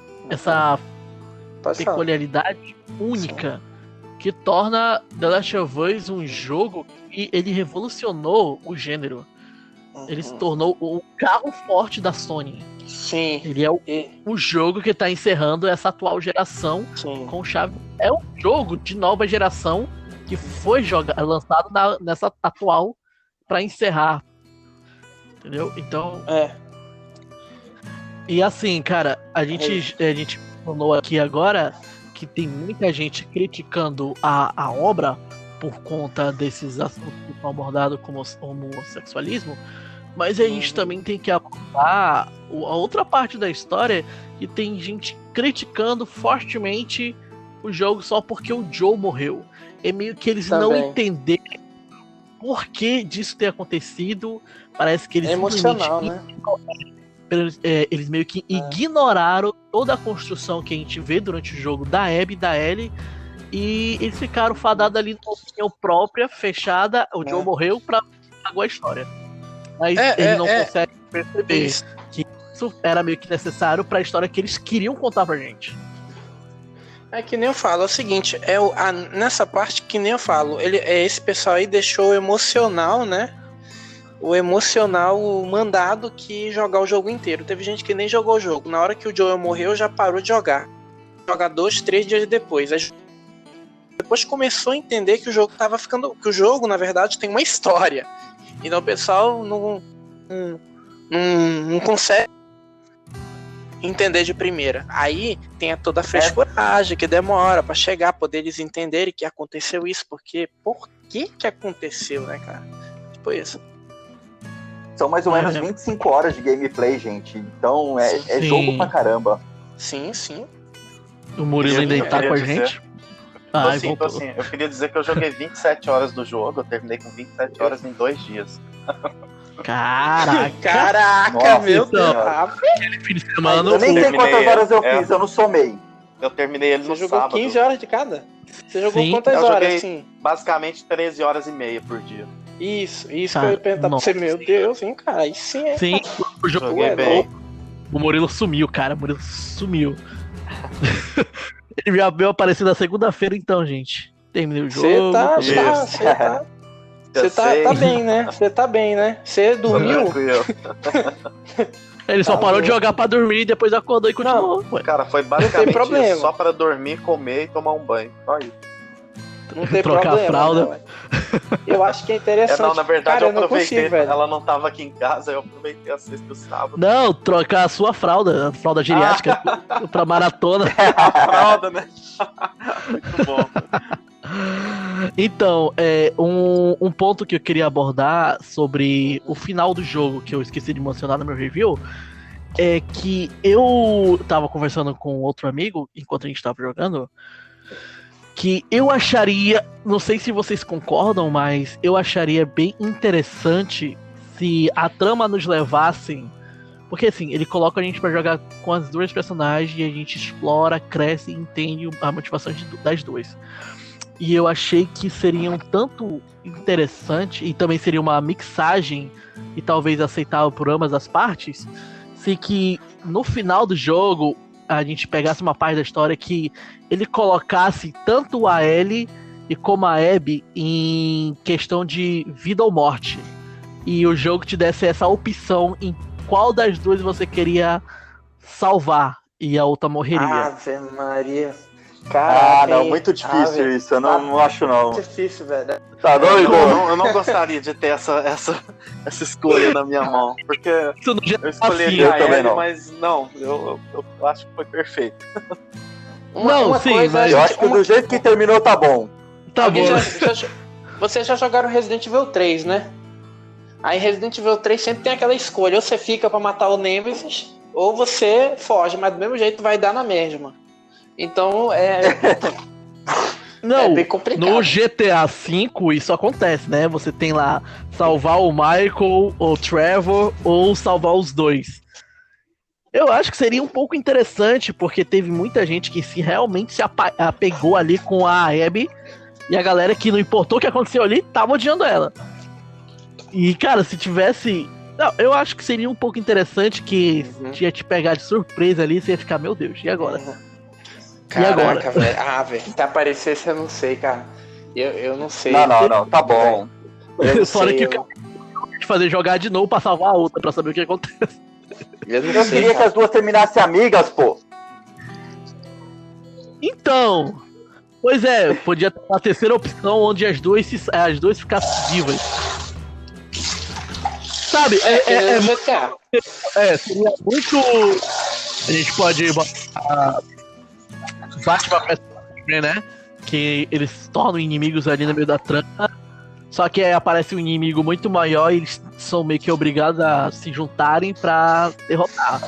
peculiaridade única que torna The Last of Us um jogo que ele revolucionou o gênero. Ele se tornou o carro forte da Sony. Sim. Ele é o jogo que está encerrando essa atual geração com chave. É um jogo de nova geração que foi lançado nessa atual para encerrar. Entendeu? Então. E assim, cara, a gente falou aqui agora que tem muita gente criticando a obra por conta desses assuntos que são abordados como homossexualismo, mas a gente também tem que abordar a outra parte da história, que tem gente criticando fortemente o jogo só porque o Joe morreu. É meio que eles não entenderam por que disso ter acontecido. Parece que eles emocional, né? Eles meio que ignoraram toda a construção que a gente vê durante o jogo da Abby e da Ellie, e eles ficaram fadados ali numa opinião própria, fechada. O Joe morreu pra pagar a história. Mas ele não consegue perceber que isso era meio que necessário pra história que eles queriam contar pra gente. É que nem eu falo, é o seguinte, nessa parte que nem eu falo, esse pessoal aí deixou o emocional, né? o emocional mandado que jogar o jogo inteiro. Teve gente que nem jogou o jogo. Na hora que o Joel morreu, já parou de jogar. Jogar 2, 3 dias depois. Aí, depois começou a entender que o jogo tava ficando. Que o jogo, na verdade, tem uma história. Então o pessoal não consegue entender de primeira. Aí tem toda a frescuragem que demora pra chegar, poder eles entenderem que aconteceu isso, porque por que aconteceu, né, cara? Tipo isso. São mais ou menos 25 horas de gameplay, gente. Então é jogo pra caramba. Sim, sim. O Murilo ainda tá com a gente. Eu queria dizer que eu joguei 27 horas do jogo, eu terminei com 27 horas em 2 dias. Caraca, nossa, meu então, Deus. Aquele fim de semana. Eu nem sei quantas horas eu fiz, eu não somei. Eu terminei ele no Você jogou sábado. 15 horas de cada? Você jogou quantas eu horas, joguei assim? basicamente 13 horas e meia por dia. Isso que eu ia perguntar pra você, meu Deus, hein, cara, aí sim é. Sim, o jogo Joguei bem. O Murilo sumiu, cara. O Murilo sumiu. Ele já veio aparecer na segunda-feira, então, gente. Terminei o jogo. Você tá bem, né? Você tá bem, né? Você dormiu? Ele só parou de jogar pra dormir e depois acordou e continuou. Cara, foi basicamente isso, só pra dormir, comer e tomar um banho. Só isso. Não tem trocar problema, a fralda. Né, eu acho que é interessante. Não, na verdade, cara, eu aproveitei. não consigo, velho. Ela não tava aqui em casa, eu aproveitei a sexta e o sábado. Não, trocar a sua fralda, a fralda geriátrica pra maratona. A fralda, né? Muito bom. Então, um ponto que eu queria abordar sobre o final do jogo, que eu esqueci de mencionar no meu review, é que eu tava conversando com outro amigo, enquanto a gente tava jogando, que eu acharia, não sei se vocês concordam, mas eu acharia bem interessante se a trama nos levasse, porque assim, ele coloca a gente pra jogar com as duas personagens e a gente explora, cresce e entende a motivação das duas. E eu achei que seria um tanto interessante e também seria uma mixagem e talvez aceitável por ambas as partes, se que no final do jogo a gente pegasse uma parte da história que ele colocasse tanto a Ellie e como a Abby em questão de vida ou morte. E o jogo te desse essa opção em qual das duas você queria salvar e a outra morreria. Ave Maria. Caraca, não, muito difícil isso, eu não acho não. Muito difícil, velho. Tá doido? Eu não gostaria de ter essa escolha na minha mão, porque eu escolheria eu também ele, não. mas não, eu acho que foi perfeito. Eu acho que do jeito que terminou tá bom. Tá bom. Vocês já jogaram Resident Evil 3, né? Aí Resident Evil 3 sempre tem aquela escolha, ou você fica pra matar o Nemesis, ou você foge, mas do mesmo jeito vai dar na mesma. Então Não, é bem complicado. No GTA V isso acontece, né? Você tem lá salvar o Michael, ou o Trevor, ou salvar os dois. Eu acho que seria um pouco interessante, porque teve muita gente que realmente se apegou ali com a Abby, e a galera que não importou o que aconteceu ali, tava odiando ela. E, cara, se tivesse... Não, eu acho que seria um pouco interessante que ia te pegar de surpresa ali, você ia ficar, meu Deus, e agora? Caraca, velho. Velho, se aparecesse eu não sei, cara. Eu não sei. Não, tá bom. Fora que o cara de fazer jogar de novo pra salvar a outra, pra saber o que acontece. Eu queria que as duas terminassem amigas, pô. Então, pois é, podia ter uma terceira opção onde as duas ficassem vivas. Sabe, seria muito... A gente pode botar Batman vs Superman, né? Que eles se tornam inimigos ali no meio da trama. Só que aí aparece um inimigo muito maior e eles são meio que obrigados a se juntarem pra derrotar.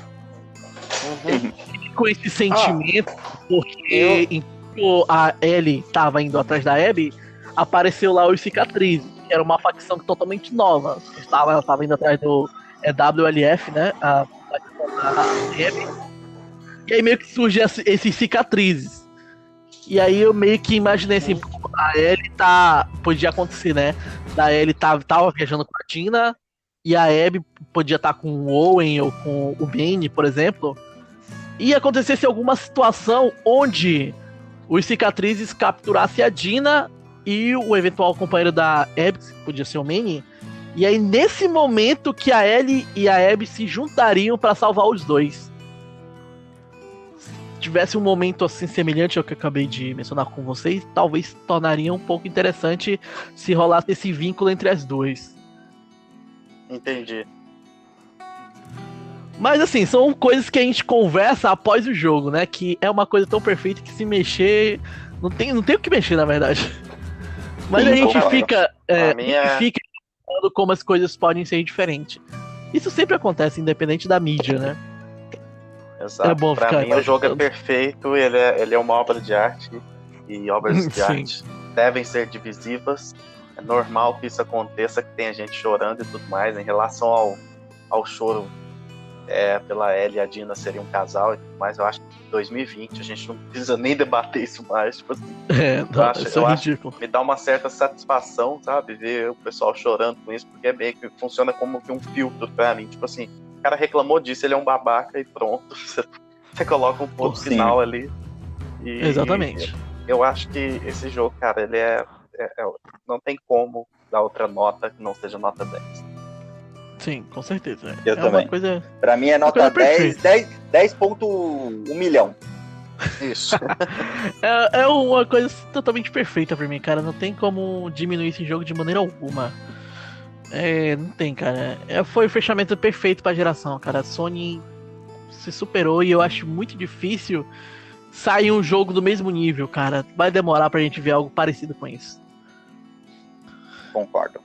Com esse sentimento, porque enquanto a Ellie tava indo atrás da Abby, apareceu lá os Cicatrizes, que era uma facção totalmente nova. Ela tava indo atrás do WLF, né? A Abby. E aí meio que surge esses Cicatrizes. E aí eu meio que imaginei assim, a Ellie podia acontecer, né? Da Ellie tava viajando com a Tina, e a Abby podia estar com o Owen ou com o Benny, por exemplo. E acontecesse alguma situação onde os Cicatrizes capturassem a Dina e o eventual companheiro da Abby, que podia ser o Manny, E aí, nesse momento que a Ellie e a Abby se juntariam pra salvar os dois. Se tivesse um momento assim semelhante ao que eu acabei de mencionar com vocês, talvez tornaria um pouco interessante se rolasse esse vínculo entre as duas. Entendi. Mas assim, são coisas que a gente conversa após o jogo, né? Que é uma coisa tão perfeita que se mexer... Não tem o que mexer, na verdade. Mas Sim, a gente concordo. fica... Pra mim a gente fica pensando como as coisas podem ser diferentes. Isso sempre acontece, independente da mídia, né? Exato. É bom pra ficar mim o jogo é imaginando. perfeito, ele é uma obra de arte, e obras de Sim. arte devem ser divisivas. É normal que isso aconteça, que tenha gente chorando e tudo mais. Em relação ao choro pela Ellie e a Dina serem um casal e tudo mais, eu acho que em 2020 a gente não precisa nem debater isso mais. Tipo assim, Isso é ridículo. me dá uma certa satisfação, sabe? Ver o pessoal chorando com isso, porque é meio que funciona como que um filtro pra mim. Tipo assim, o cara reclamou disso, ele é um babaca e pronto. Você coloca um ponto Sim. final ali. Exatamente. Eu acho que esse jogo, cara, ele não tem como dar outra nota que não seja nota 10. Sim, com certeza. Eu é também. uma coisa... Pra mim é nota coisa 10, perfeita. 10,1 milhão. Isso. É uma coisa totalmente perfeita pra mim, cara. Não tem como diminuir esse jogo de maneira alguma. Não tem, cara. Foi o fechamento perfeito pra geração, cara. A Sony se superou e eu acho muito difícil sair um jogo do mesmo nível, cara. Vai demorar pra gente ver algo parecido com isso. Concordo.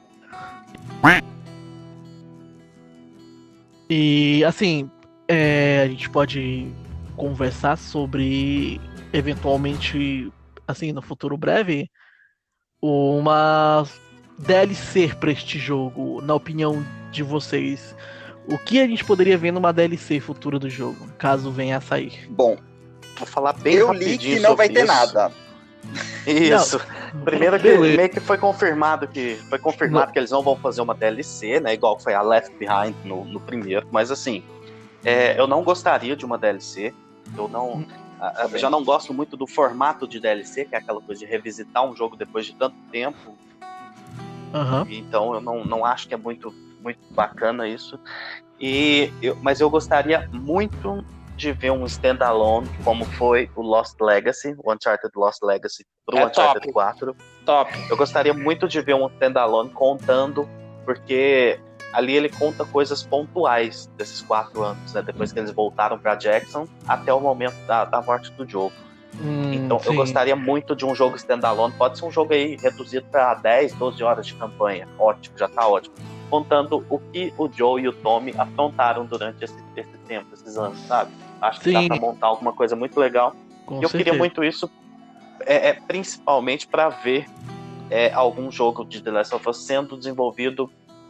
E, assim, a gente pode conversar sobre, eventualmente, assim, no futuro breve, uma DLC pra este jogo, na opinião de vocês. O que a gente poderia ver numa DLC futura do jogo, caso venha a sair? Bom, Vou falar bem eu rapidinho li que não vai sobre ter isso. nada. Isso. Primeiro que Beleza. meio que foi confirmado que eles não vão fazer uma DLC, né? Igual foi a Left Behind no primeiro. Mas assim, eu não gostaria de uma DLC. Eu já não gosto muito do formato de DLC, que é aquela coisa de revisitar um jogo depois de tanto tempo. Aham. Então eu não acho que é muito, muito bacana isso. Mas eu gostaria muito de ver um standalone, como foi o Lost Legacy, o Uncharted Lost Legacy pro Uncharted top. 4. Top. Eu gostaria muito de ver um standalone contando, porque ali ele conta coisas pontuais desses 4 anos, né? Depois que eles voltaram para Jackson até o momento da morte do jogo. Então eu sim. gostaria muito de um jogo standalone. Pode ser um jogo aí reduzido para 10, 12 horas de campanha. Ótimo, já tá ótimo. Contando o que o Joe e o Tommy afrontaram durante esse tempo, esses anos, sabe? Acho que Sim. dá pra montar alguma coisa muito legal. Com E eu queria certeza. muito isso, principalmente para ver algum jogo de The Last of Us sendo desenvolvido,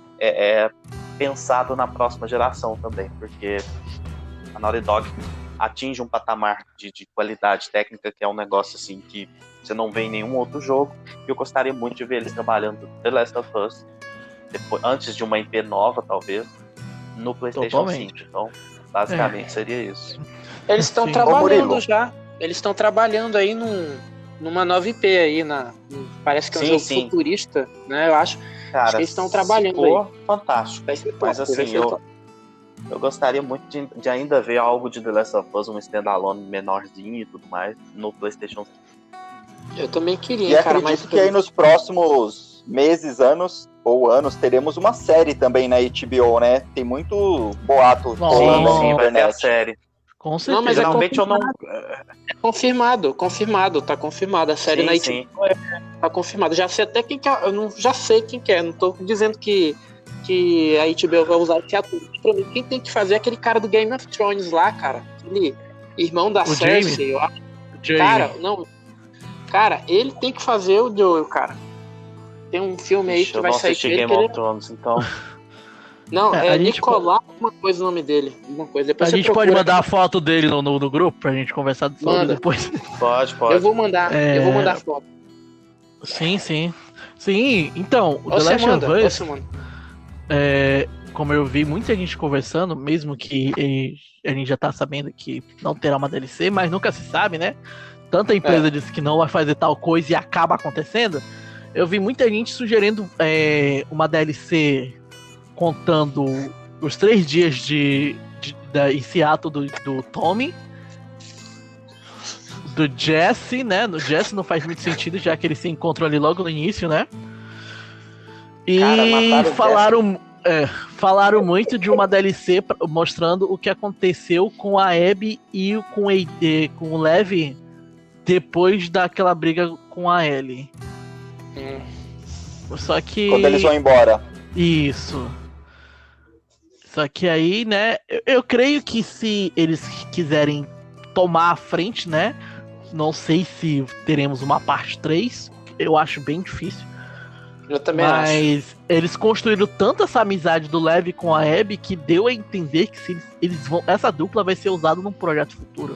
pensado na próxima geração também, porque a Naughty Dog atinge um patamar de qualidade técnica que é um negócio assim que você não vê em nenhum outro jogo. E eu gostaria muito de ver eles trabalhando The Last of Us antes de uma IP nova, talvez, no PlayStation Totalmente. 5. Então, basicamente seria isso. Eles estão Sim. trabalhando Murilo. já. Eles estão trabalhando aí numa nova IP aí. Parece que é um Sim, jogo sim. futurista, né? Eu acho. Cara, que eles estão trabalhando ficou fantástico. Vai ser top, Mas vai assim, ser top. eu gostaria muito de ainda ver algo de The Last of Us, um standalone menorzinho e tudo mais, no PlayStation 5. Eu também queria, E cara, acredito mas que aí nos próximos meses, anos teremos uma série também na HBO, né? Tem muito boato rolando aí na Sim, vai ter a internet. série. Com certeza. Não, mas é Geralmente eu não. confirmado, tá confirmado. A série na Sim, HBO sim. tá confirmada. Já sei até quem que é, já sei quem que é, não tô dizendo que a HBO vai usar esse ator. Pra mim, quem tem que fazer é aquele cara do Game of Thrones lá, cara. Aquele irmão da Cersei, eu acho. Cara, ele tem que fazer o Joel, cara. Tem um filme aí que Eu vai não sair assisti com ele. Game of Thrones, então. Não, a é gente Nicolau, alguma coisa o nome dele. Alguma coisa. Depois A você gente procura. pode mandar a foto dele no grupo pra gente conversar sobre Manda. depois. Pode. Eu vou mandar foto. Sim. Sim, então, o The Você Last manda, of Us, você manda. como eu vi muita gente conversando, mesmo que a gente já tá sabendo que não terá uma DLC, mas nunca se sabe, né? Tanta empresa disse que não vai fazer tal coisa e acaba acontecendo. Eu vi muita gente sugerindo uma DLC contando os 3 dias em Seattle do Tommy, do Jesse, né? No Jesse não faz muito sentido, já que eles se encontram ali logo no início, né? E Cara, falaram muito de uma DLC mostrando o que aconteceu com a Abby e com o Levi depois daquela briga com a Ellie. Só que... Quando eles vão embora. Isso. Só que aí, né, eu creio que se eles quiserem tomar a frente, né, não sei se teremos uma parte 3, eu acho bem difícil. Eu também acho. Mas eles construíram tanto essa amizade do Levi com a Abby que deu a entender que se eles vão, essa dupla vai ser usada num projeto futuro.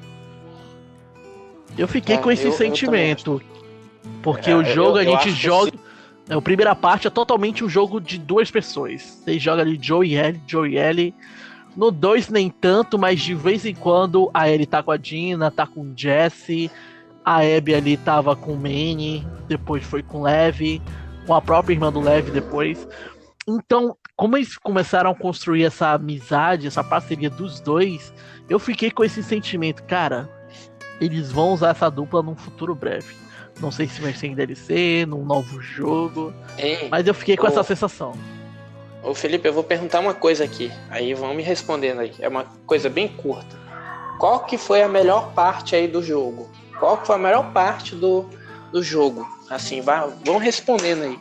Eu fiquei com esse sentimento. Porque o jogo a gente joga. A primeira parte é totalmente um jogo de 2 pessoas. Você joga ali Joe e Ellie. No 2 nem tanto, mas de vez em quando a Ellie tá com a Dina, tá com o Jesse. A Abby ali tava com o Manny, depois foi com o Levi, com a própria irmã do Levi depois. Então, como eles começaram a construir essa amizade, essa parceria dos dois, eu fiquei com esse sentimento, cara, eles vão usar essa dupla num futuro breve. Não sei se vai ser em DLC, num novo jogo, mas eu fiquei com essa sensação. Ô Felipe, eu vou perguntar uma coisa aqui, aí vão me respondendo aí, é uma coisa bem curta. Qual que foi a melhor parte aí do jogo? Qual que foi a melhor parte do jogo? Assim, vão respondendo aí.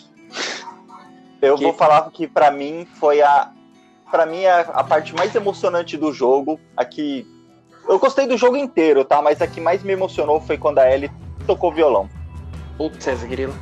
Eu vou falar que pra mim foi a parte mais emocionante do jogo. Aqui, eu gostei do jogo inteiro, tá? Mas a que mais me emocionou foi quando a Ellie tocou violão. Putz, essa grilo.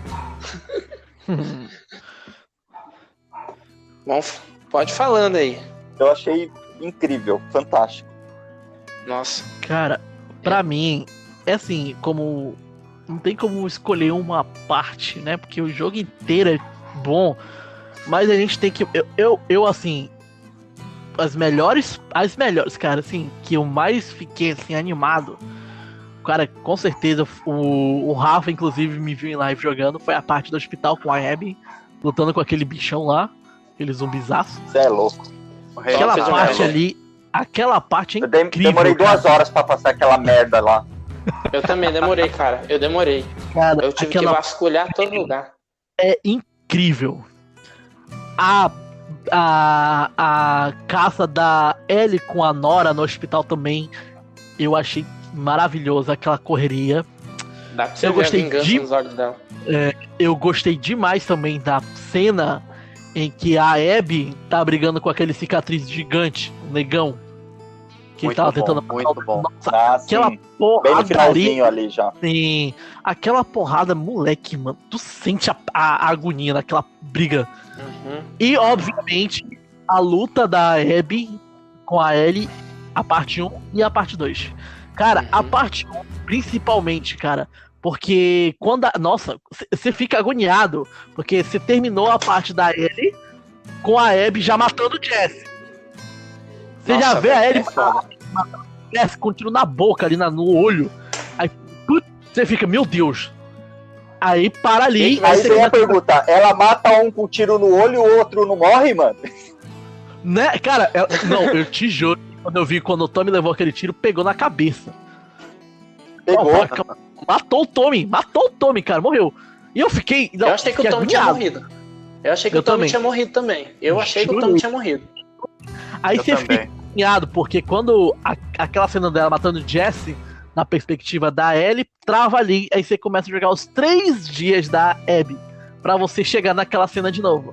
Bom, pode falando aí. Eu achei incrível, fantástico. Nossa. Cara, pra mim, é assim, como... Não tem como escolher uma parte, né? Porque o jogo inteiro é bom, mas a gente tem que... Eu assim... As melhores, cara, assim, que eu mais fiquei, assim, animado... Cara, com certeza, o Rafa, inclusive, me viu em live jogando, foi a parte do hospital com a Abby, lutando com aquele bichão lá, aquele zumbizaço. Você é louco. Aquela parte ali, aquela parte é incrível. Demorei 2 horas pra passar aquela merda lá. Eu também demorei, cara. Eu demorei. Cara, eu tive que vasculhar todo lugar. É incrível. A caça da Ellie com a Nora no hospital também, eu achei maravilhosa aquela correria. Dá pra você ver a vingança nos olhos dela. Eu gostei demais também da cena em que a Abby tá brigando com aquele cicatriz gigante, o negão. Que muito tava bom, tentando... muito bom. Nossa, aquela porrada bem no finalzinho ali já. Sim, aquela porrada, moleque, mano. Tu sente a agonia naquela briga. Uhum. E, obviamente, a luta da Abby com a Ellie, a parte 1 e a parte 2. Cara, a parte 1, principalmente, cara, porque quando nossa, você fica agoniado, porque você terminou a parte da Ellie com a Abby já matando o Jesse. Você já vê a Ellie matando o Jesse com um tiro na boca, ali no olho. Aí você fica, meu Deus. Aí para ali. Aí você ia perguntar, ela mata um com tiro no olho e o outro não morre, mano? Né, cara, não, eu te juro. Quando o Tommy levou aquele tiro, pegou na cabeça. Pegou. Matou o Tommy, cara, morreu. E eu fiquei... Eu achei que o Tommy tinha morrido. Eu achei que o Tommy tinha morrido também. Eu achei que o Tommy tinha morrido. Aí você fica agoniado, porque quando aquela cena dela matando o Jesse, na perspectiva da Ellie, trava ali, aí você começa a jogar os 3 dias da Abby, pra você chegar naquela cena de novo.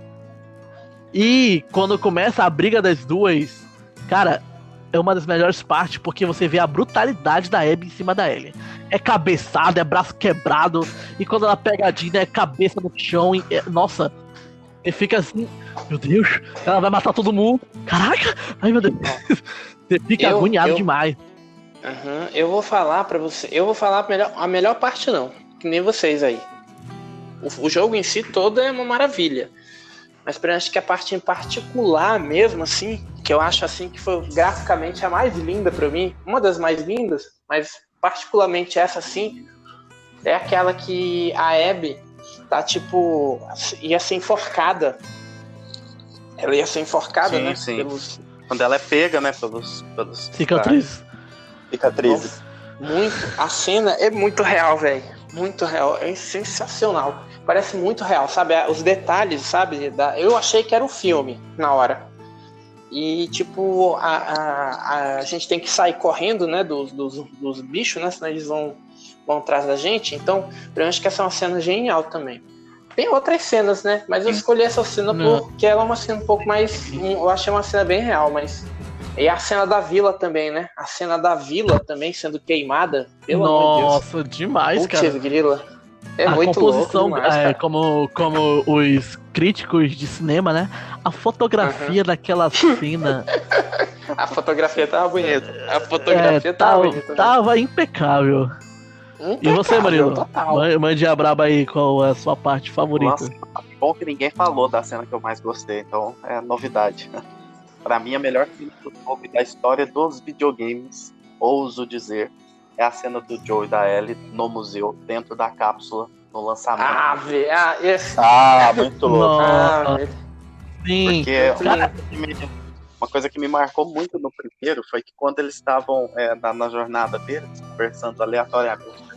E quando começa a briga das duas, cara... É uma das melhores partes, porque você vê a brutalidade da Abby em cima da Ellie. É cabeçada, é braço quebrado, e quando ela pega a Dina, é cabeça no chão, e nossa, você fica assim, meu Deus, ela vai matar todo mundo, caraca, ai meu Deus, você fica agoniado demais. Eu vou falar pra você, a melhor parte não, que nem vocês aí. O jogo em si todo é uma maravilha, mas eu acho que a parte em particular mesmo, assim, que eu acho assim que foi graficamente a mais linda pra mim, uma das mais lindas, mas particularmente essa assim, é aquela que a Abby tá tipo, ia ser enforcada Ela ia ser enforcada, Sim, né? sim. Quando ela é pega, né? Pelos Cicatriz. Cicatrizes. A cena é muito real, velho. Muito real. É sensacional. Parece muito real, sabe? Os detalhes, sabe? Eu achei que era um filme na hora. E, tipo, a gente tem que sair correndo, né? Dos bichos, né? Senão eles vão atrás da gente. Então, eu acho que essa é uma cena genial também. Tem outras cenas, né? Mas eu escolhi essa cena porque ela é uma cena um pouco mais... Eu achei uma cena bem real, mas... E a cena da vila também, né? A cena da vila também sendo queimada. Pelo amor de Deus. Nossa, demais, cara. Putz, grila. É A muito composição, louco demais, cara. como os críticos de cinema, né? A fotografia daquela cena... A fotografia tava bonita. A fotografia tava bonita. Tava impecável. E você, Murilo? Total. Mande a braba aí, qual é a sua parte favorita? Nossa, bom que ninguém falou da cena que eu mais gostei, então é novidade. Pra mim, a melhor cena do jogo e da história dos videogames, ouso dizer, é a cena do Joe e da Ellie no museu, dentro da cápsula, no lançamento. Muito louco. Sim. Porque uma coisa que me marcou muito no primeiro foi que quando eles estavam na jornada deles, conversando aleatoriamente,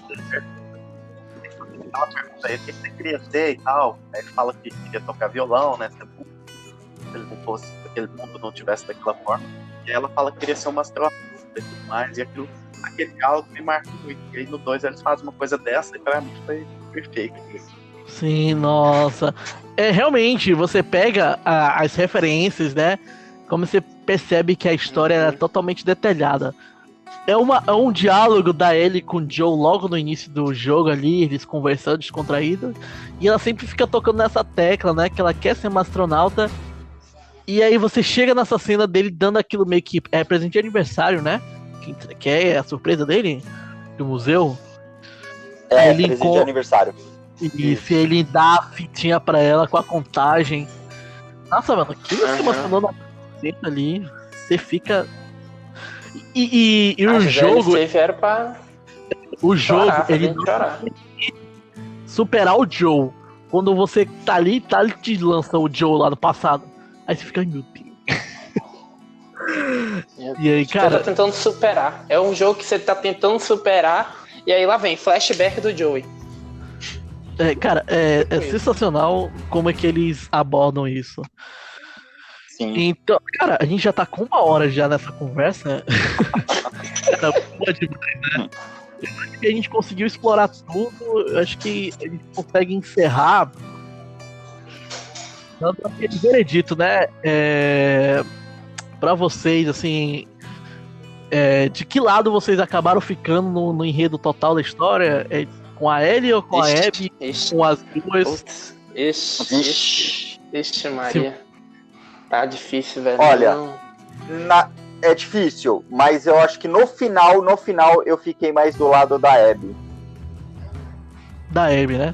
ela pergunta a ele o que você queria ser e tal. Aí ele fala que queria tocar violão, né? Se ele não fosse, se aquele mundo não tivesse daquela forma. E aí ela fala que queria ser uma astronauta e tudo mais. E aquele diálogo me marcou muito. E aí no 2 eles fazem uma coisa dessa e pra mim foi perfeito. Sim, nossa. Realmente, você pega as referências, né? Como você percebe que a história é totalmente detalhada. É um diálogo da Ellie com o Joe logo no início do jogo ali, eles conversando, descontraídos. E ela sempre fica tocando nessa tecla, né? Que ela quer ser uma astronauta. E aí você chega nessa cena dele dando aquilo meio que presente de aniversário, né? Que é a surpresa dele, do museu. Ele presente de aniversário. E se ele dá a fitinha pra ela com a contagem. Nossa, mano, aquilo se emocionou na cena ali. Você fica... E o jogo... O jogo, ele superar o Joe. Quando você tá ali, ele te lança o Joe lá no passado. Aí você fica, meu Deus. E aí, cara... Você tá tentando superar. É um jogo que você tá tentando superar. E aí lá vem, flashback do Joey. Cara, é sensacional como é que eles abordam isso. Sim. Então, cara, a gente já tá com 1 hora já nessa conversa. Cara, pode mais, né? Eu acho que a gente conseguiu explorar tudo. Eu acho que a gente consegue encerrar dando aquele veredito, né? Pra vocês, assim, de que lado vocês acabaram ficando no enredo total da história? Com a Ellie ou com a Abby? Com as duas? Ixi, Maria. Tá difícil, velho. Olha, é difícil, mas eu acho que no final eu fiquei mais do lado da Abby. Da Abby, né?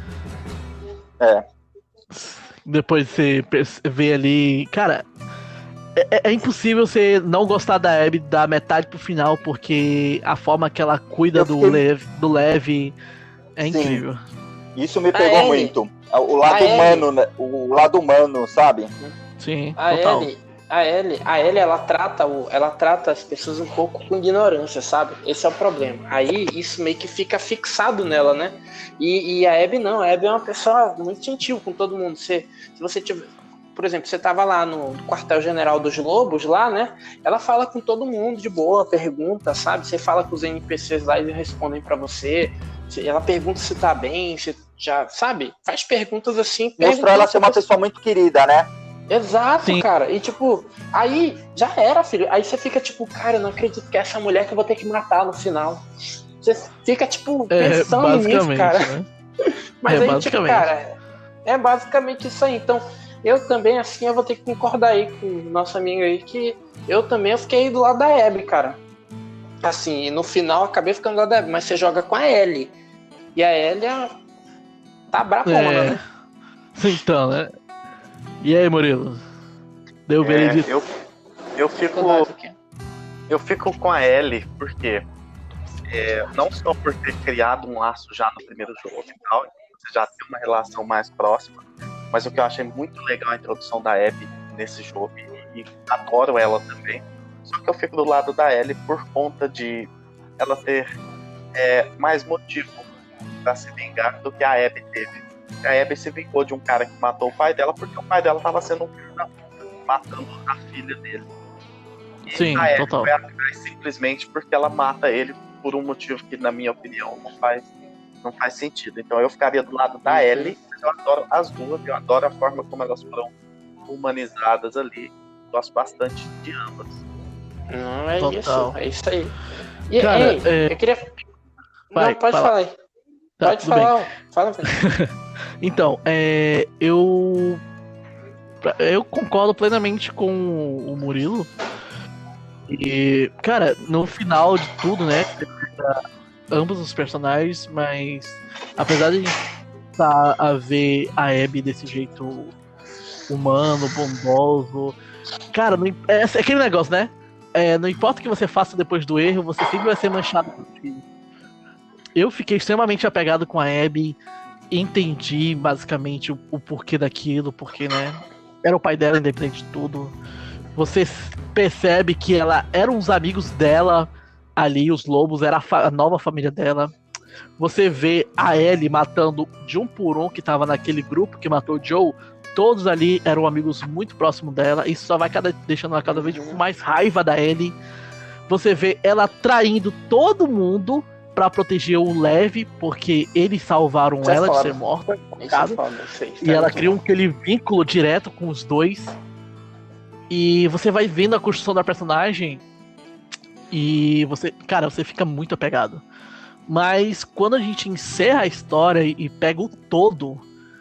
Depois você vê ali... Cara, é impossível você não gostar da Abby da metade pro final, porque a forma que ela cuida do Lev é incrível. Isso me pegou muito. O lado humano, né? O lado humano, sabe? Sim, total. A Ellie, ela trata as pessoas um pouco com ignorância, sabe? Esse é o problema. Aí isso meio que fica fixado nela, né? E a Abby não. A Abby é uma pessoa muito gentil com todo mundo. Se você tiver... Por exemplo, você tava lá no quartel-general dos lobos, lá, né? Ela fala com todo mundo de boa, pergunta, sabe? Você fala com os NPCs lá e eles respondem pra você. Ela pergunta se tá bem, se já, sabe? Faz perguntas assim. Mostrou ela ser uma pessoa muito querida, né? Exato, Sim. Cara. E tipo, aí já era, filho. Aí você fica tipo, cara, eu não acredito que é essa mulher que eu vou ter que matar no final. Você fica, tipo, pensando nisso, cara. Né? Mas aí, tipo, cara, é basicamente isso aí. Então, eu também, assim, eu vou ter que concordar aí com o nosso amigo aí, que eu fiquei do lado da Abby, cara. Assim, no final eu acabei ficando do lado da Abby, mas você joga com a Ellie. E a Ellie tá brabona, né? Então, né? E aí, Murilo? Deu veredito? Eu fico com a Ellie, porque não só por ter criado um laço já no primeiro jogo e tal, você já tem uma relação mais próxima, mas o que eu achei muito legal a introdução da Abby nesse jogo e adoro ela também. Só que eu fico do lado da Ellie por conta de ela ter mais motivo pra se vingar do que a Abby teve. A Abby se vingou de um cara que matou o pai dela porque o pai dela tava sendo um filho da puta, matando a filha dele. E Sim, a Abby total. foi atrás simplesmente porque ela mata ele por um motivo que, na minha opinião, não faz sentido. Então eu ficaria do lado da Ellie, mas eu adoro as duas, eu adoro a forma como elas foram humanizadas ali. Gosto bastante de ambas. Não, é Total. isso. É isso aí. E, Cara, eu queria... Vai, não, pode fala. falar aí. Tá, Pode tudo bem. falar. Fala, velho. Então, eu concordo plenamente com o Murilo. E, cara, no final de tudo, né, ambos os personagens, mas apesar de a gente estar a ver a Abby desse jeito humano, bondoso, cara, é aquele negócio, né? Não importa o que você faça depois do erro, você sempre vai ser manchado por aquilo. Eu fiquei extremamente apegado com a Abby, entendi basicamente o porquê daquilo, porque, né, era o pai dela, independente de tudo. Você percebe que ela eram os amigos dela ali, os lobos, era a nova família dela. Você vê a Ellie matando de um por um que tava naquele grupo que matou o Joe. Todos ali eram amigos muito próximos dela. Isso só vai deixando ela cada vez com mais raiva da Ellie. Você vê ela traindo todo mundo pra proteger o Lev, porque eles salvaram Isso é ela de foda. ser morta. Isso é foda, eu sei. E ela cria aquele vínculo direto com os dois. E você vai vendo a construção da personagem e você fica muito apegado. Mas quando a gente encerra a história e pega o todo,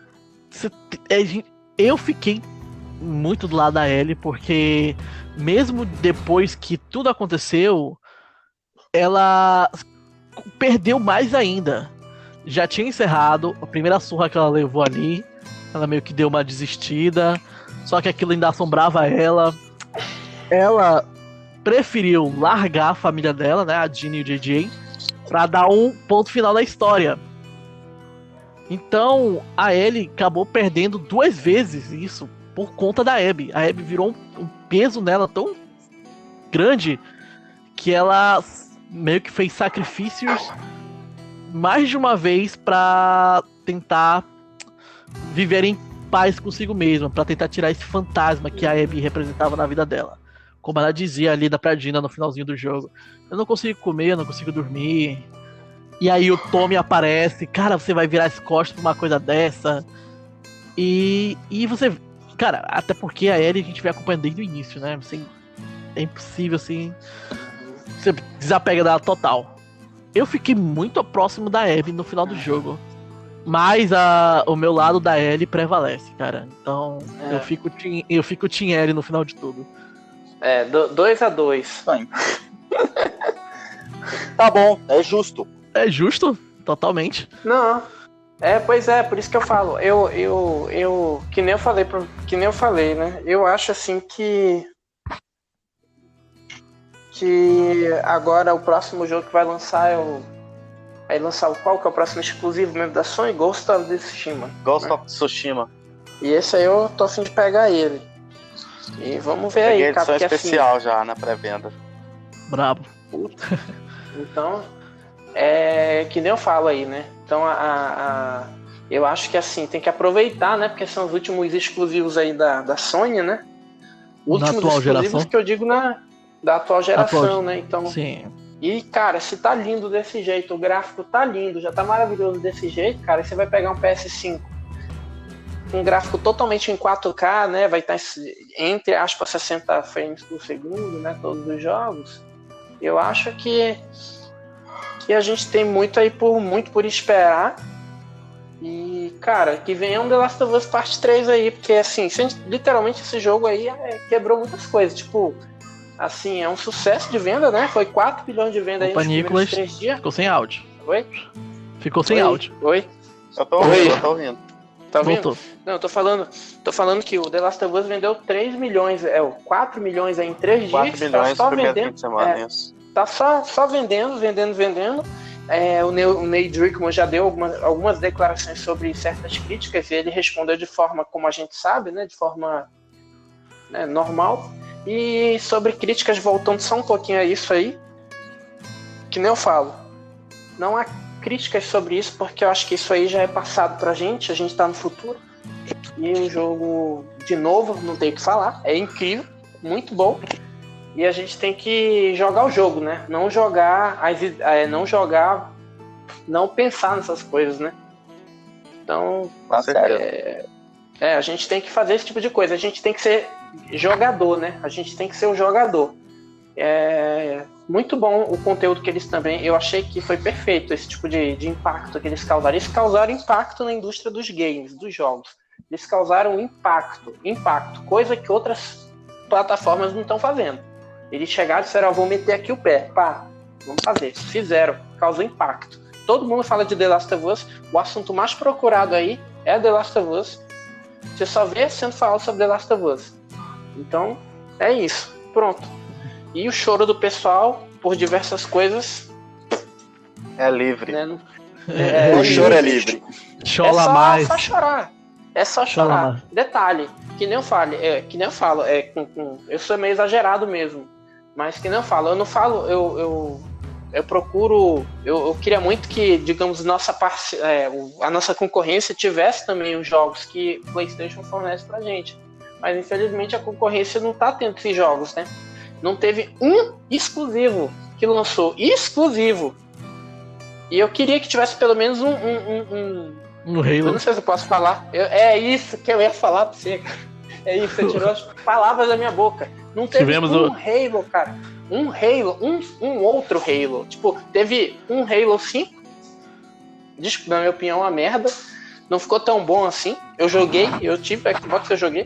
eu fiquei muito do lado da Ellie, porque mesmo depois que tudo aconteceu, ela perdeu mais ainda. Já tinha encerrado, a primeira surra que ela levou ali, ela meio que deu uma desistida. Só que aquilo ainda assombrava ela. Ela preferiu largar a família dela, né, a Ginny e o JJ, pra dar um ponto final na história. Então, a Ellie acabou perdendo 2 vezes isso por conta da Abby. A Abby virou um peso nela tão grande que ela meio que fez sacrifícios mais de uma vez pra tentar viver em paz consigo mesma, pra tentar tirar esse fantasma que a Abby representava na vida dela. Como ela dizia ali da Pradina no finalzinho do jogo: eu não consigo comer, eu não consigo dormir. E aí o Tommy aparece: cara, você vai virar as costas pra uma coisa dessa. E você... Cara, até porque a Ellie a gente vem acompanhando desde o início, né? É impossível, assim... Você desapega dela total. Eu fiquei muito próximo da Abby no final do jogo. Mas o meu lado da Ellie prevalece, cara. Então, eu fico Team Ellie no final de tudo. 2-2. Tá bom, é justo. É justo, totalmente. Não. Pois é, por isso que eu falo. Que nem eu falei, né? Eu acho assim que agora o próximo jogo que vai lançar qual que é o próximo exclusivo mesmo da Sony? Ghost of Tsushima. Ghost of Tsushima. E esse aí eu tô a fim de pegar ele. E vamos ver Peguei aí, cara. edição Porque especial já na pré-venda. Brabo. Então, que nem eu falo aí, né? Então, eu acho que assim, tem que aproveitar, né? Porque são os últimos exclusivos aí da Sony, né? Últimos atual exclusivos geração? que eu digo da atual geração, né? Então, sim. E, cara, se tá lindo desse jeito, o gráfico tá lindo, já tá maravilhoso desse jeito, cara, e você vai pegar um PS5 com um gráfico totalmente em 4K, né? Vai estar entre aspas 60 frames por segundo, né? Todos os jogos. Eu acho que a gente tem muito por esperar. E, cara, que venha um The Last of Us Part 3 aí, porque, assim, literalmente esse jogo aí quebrou muitas coisas. Tipo, assim, é um sucesso de venda, né? Foi 4 bilhões de venda aí nos primeiros 3 dias. Ficou sem áudio. Oi? Ficou sem áudio. Oi? Eu tô ouvindo. Tá ouvindo? Voltou. Não, eu tô falando que o The Last of Us vendeu 3 milhões, 4 milhões aí em 3 dias. 4 milhões tá só no primeiro fim vendendo, de semana, isso. tá só vendendo. O Neil Druckmann já deu algumas declarações sobre certas críticas e ele respondeu de forma, como a gente sabe, né, de forma né, normal. E sobre críticas, voltando só um pouquinho a isso aí, que nem eu falo, não há críticas sobre isso, porque eu acho que isso aí já é passado pra gente, a gente tá no futuro. E o jogo, de novo, não tem o que falar, é incrível, muito bom. E a gente tem que jogar o jogo, né? Não pensar nessas coisas, né? Então, a gente tem que fazer esse tipo de coisa. A gente tem que ser jogador, né? A gente tem que ser o jogador. É muito bom o conteúdo que eles também... Eu achei que foi perfeito esse tipo de impacto que eles causaram. Eles causaram impacto na indústria dos games, dos jogos. Eles causaram impacto, coisa que outras plataformas não estão fazendo. Eles chegaram e disseram, vou meter aqui o pé. Pá, vamos fazer. Fizeram, causou impacto. Todo mundo fala de The Last of Us. O assunto mais procurado aí é The Last of Us. Você só vê sendo falado sobre The Last of Us. Então, é isso. Pronto. E o choro do pessoal, por diversas coisas... É livre. Né? O choro é livre. Chola mais. É só chorar. É só chorar. Detalhe, que nem eu falo, eu sou meio exagerado mesmo. Mas que nem eu falo, eu procuro, eu queria muito que, digamos, a nossa concorrência tivesse também os jogos que o PlayStation fornece pra gente. Mas infelizmente a concorrência não tá tendo esses jogos, né? Não teve um exclusivo que lançou. Exclusivo! E eu queria que tivesse pelo menos um Halo. Eu não sei se eu posso falar. É isso que eu ia falar pra você, cara. É isso, você tirou as palavras da minha boca. Não teve Halo, cara. Um Halo, um outro Halo. Tipo, teve um Halo 5. Desculpa, na minha opinião, uma merda. Não ficou tão bom assim. Eu joguei, eu tive Xbox, eu joguei.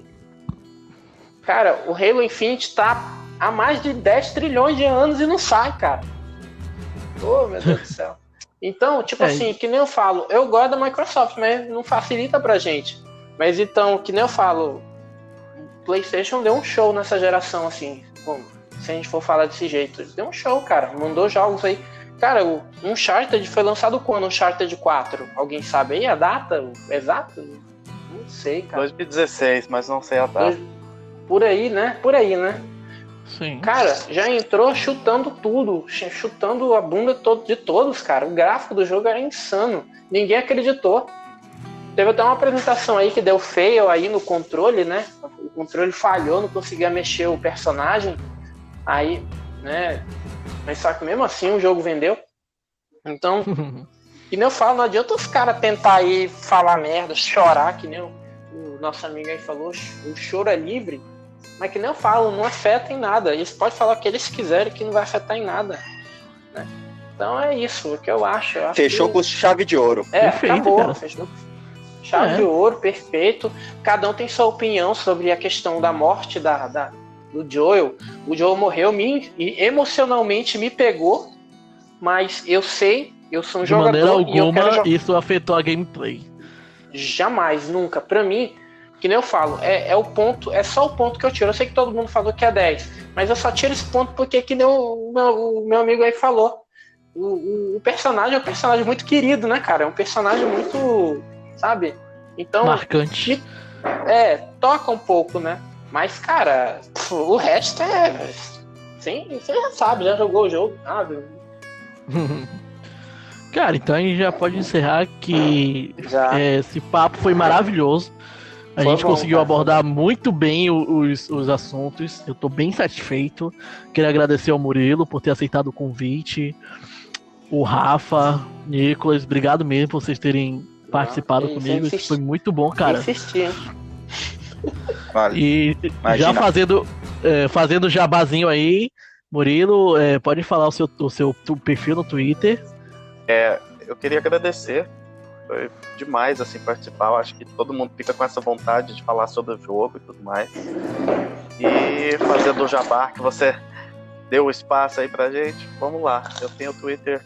Cara, o Halo Infinite tá há mais de 10 trilhões de anos e não sai, cara. Oh, meu Deus do céu. Então, tipo assim, que nem eu falo, eu gosto da Microsoft, mas não facilita pra gente. Mas então, que nem eu falo, o PlayStation deu um show nessa geração, assim, se a gente for falar desse jeito. Deu um show, cara, mandou jogos aí. Cara, o Uncharted foi lançado quando? Uncharted 4? Alguém sabe aí a data exata? Não sei, cara. 2016, mas não sei a data. Por aí, né? Sim. Cara, já entrou chutando tudo, chutando a bunda de todos, cara. O gráfico do jogo era insano. Ninguém acreditou. Teve até uma apresentação aí que deu fail aí no controle, né? O controle falhou, não conseguia mexer o personagem. Aí, né? Mas só que mesmo assim o jogo vendeu. Então, que nem eu falo, não adianta os caras tentar aí falar merda, chorar, que nem o nosso amigo aí falou, o choro é livre. Mas que nem eu falo, não afeta em nada. Eles podem falar o que eles quiserem que não vai afetar em nada, né? Então é isso, o que eu acho. Fechou com chave de ouro. Perfeito, acabou. cara. Fechou. Chave de ouro, perfeito. Cada um tem sua opinião sobre a questão da morte do Joel. O Joel morreu, e emocionalmente me pegou, mas eu sei, eu sou um jogador. De maneira e eu quero alguma, isso afetou a gameplay. Jamais, nunca. Pra mim, que nem eu falo, é só o ponto que eu tiro. Eu sei que todo mundo falou que é 10, mas eu só tiro esse ponto porque, que nem o meu amigo aí falou, o personagem é um personagem muito querido, né, cara? É um personagem muito, sabe? Então, marcante. Toca um pouco, né? Mas, cara, o resto você já sabe, já jogou o jogo, sabe? Cara, então a gente já pode encerrar que esse papo foi maravilhoso. A gente conseguiu abordar muito bem os assuntos. Eu tô bem satisfeito. Queria agradecer ao Murilo por ter aceitado o convite. O Rafa, Nicolas, obrigado mesmo por vocês terem participado comigo. Isso foi muito bom, cara. Insisti. Vale. E Imagina. já fazendo jabazinho aí, Murilo, pode falar o seu perfil no Twitter. Eu queria agradecer. Foi demais assim participar. Eu acho que todo mundo fica com essa vontade de falar sobre o jogo e tudo mais. E fazendo o jabá que você deu o espaço aí pra gente, vamos lá. Eu tenho o Twitter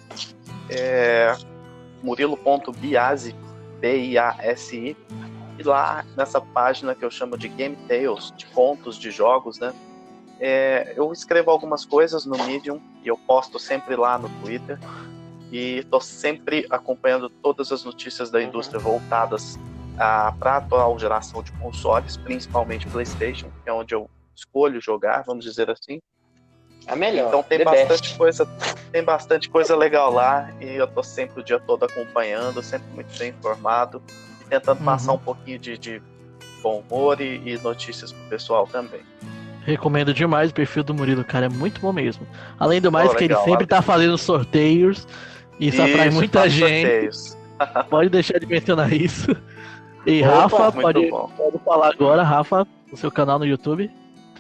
murilo.biasi, B-I-A-S-I, e lá nessa página que eu chamo de Game Tales, de contos de jogos, né? Eu escrevo algumas coisas no Medium e eu posto sempre lá no Twitter. E estou sempre acompanhando todas as notícias da indústria voltadas para a atual geração de consoles, principalmente PlayStation, que é onde eu escolho jogar, vamos dizer assim. A melhor. Então tem bastante coisa legal lá e eu tô sempre o dia todo acompanhando, sempre muito bem informado e tentando passar um pouquinho de bom humor e notícias pro pessoal também. Recomendo demais o perfil do Murilo, cara, é muito bom mesmo. Além do mais, que legal, ele sempre tá fazendo sorteios, e isso atrai muita gente. Sorteios. Pode deixar de mencionar isso. E Opa, Rafa, muito pode falar agora, Rafa, o seu canal no YouTube.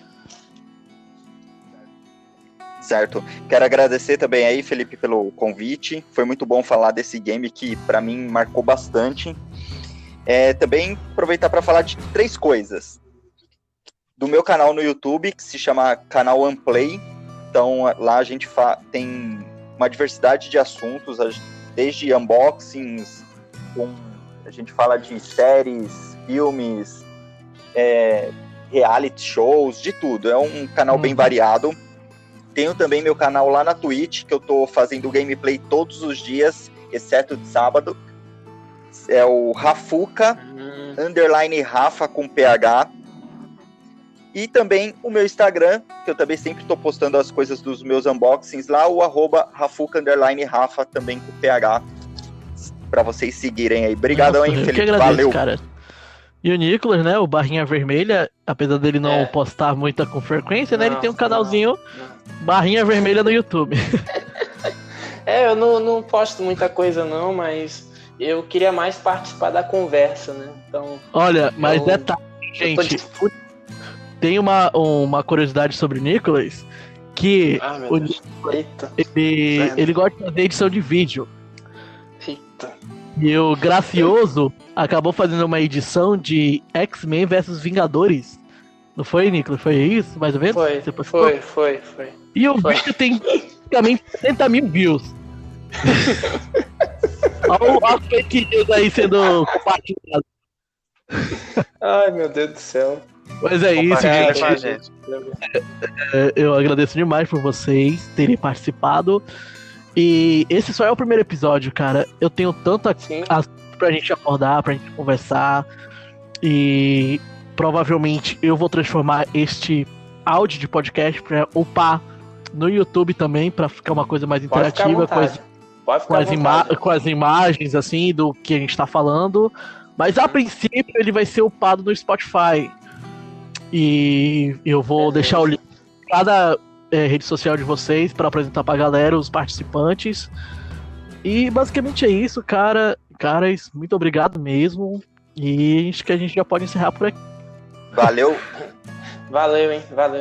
Certo. Quero agradecer também aí, Felipe, pelo convite. Foi muito bom falar desse game que, para mim, marcou bastante. Também aproveitar para falar de 3 coisas. Do meu canal no YouTube, que se chama Canal Unplay. Então, lá a gente tem uma diversidade de assuntos, desde unboxings, a gente fala de séries, filmes, reality shows, de tudo. É um canal bem variado. Tenho também meu canal lá na Twitch, que eu tô fazendo gameplay todos os dias, exceto de sábado. É o Rafuca, _ Rafa com PH. E também o meu Instagram, que eu também sempre tô postando as coisas dos meus unboxings lá, o @Rafuca _ Rafa, também com PH, pra vocês seguirem aí. Obrigadão, hein, Felipe? Agradeço, valeu. Cara. E o Nicolas, né, o Barrinha Vermelha, apesar dele não postar muita com frequência, né, ele tem um canalzinho Barrinha Vermelha no YouTube. Eu não posto muita coisa não, mas eu queria mais participar da conversa, né? Então, olha, mas detalhe, gente, tem uma curiosidade sobre o Nicolas, que o Nicolas, ele gosta de fazer edição de vídeo. Eita. E o Gracioso acabou fazendo uma edição de X-Men vs Vingadores. Não foi, Nicolas? Foi isso, mais ou menos? Foi. E o vídeo tem praticamente 70 mil views. Olha as fake news aí sendo compartilhado. Ai, meu Deus do céu. Mas é isso, gente. Eu agradeço demais por vocês terem participado. E esse só é o primeiro episódio, cara. Eu tenho tanto assunto pra gente abordar, pra gente conversar. E provavelmente eu vou transformar este áudio de podcast pra upar no YouTube também, pra ficar uma coisa mais interativa, com as imagens, assim, do que a gente tá falando. Mas a princípio ele vai ser upado no Spotify. E eu vou deixar o link em cada rede social de vocês para apresentar pra galera, os participantes. E basicamente é isso, cara. Caras, muito obrigado mesmo. E acho que a gente já pode encerrar por aqui. Valeu. Valeu, hein? Valeu.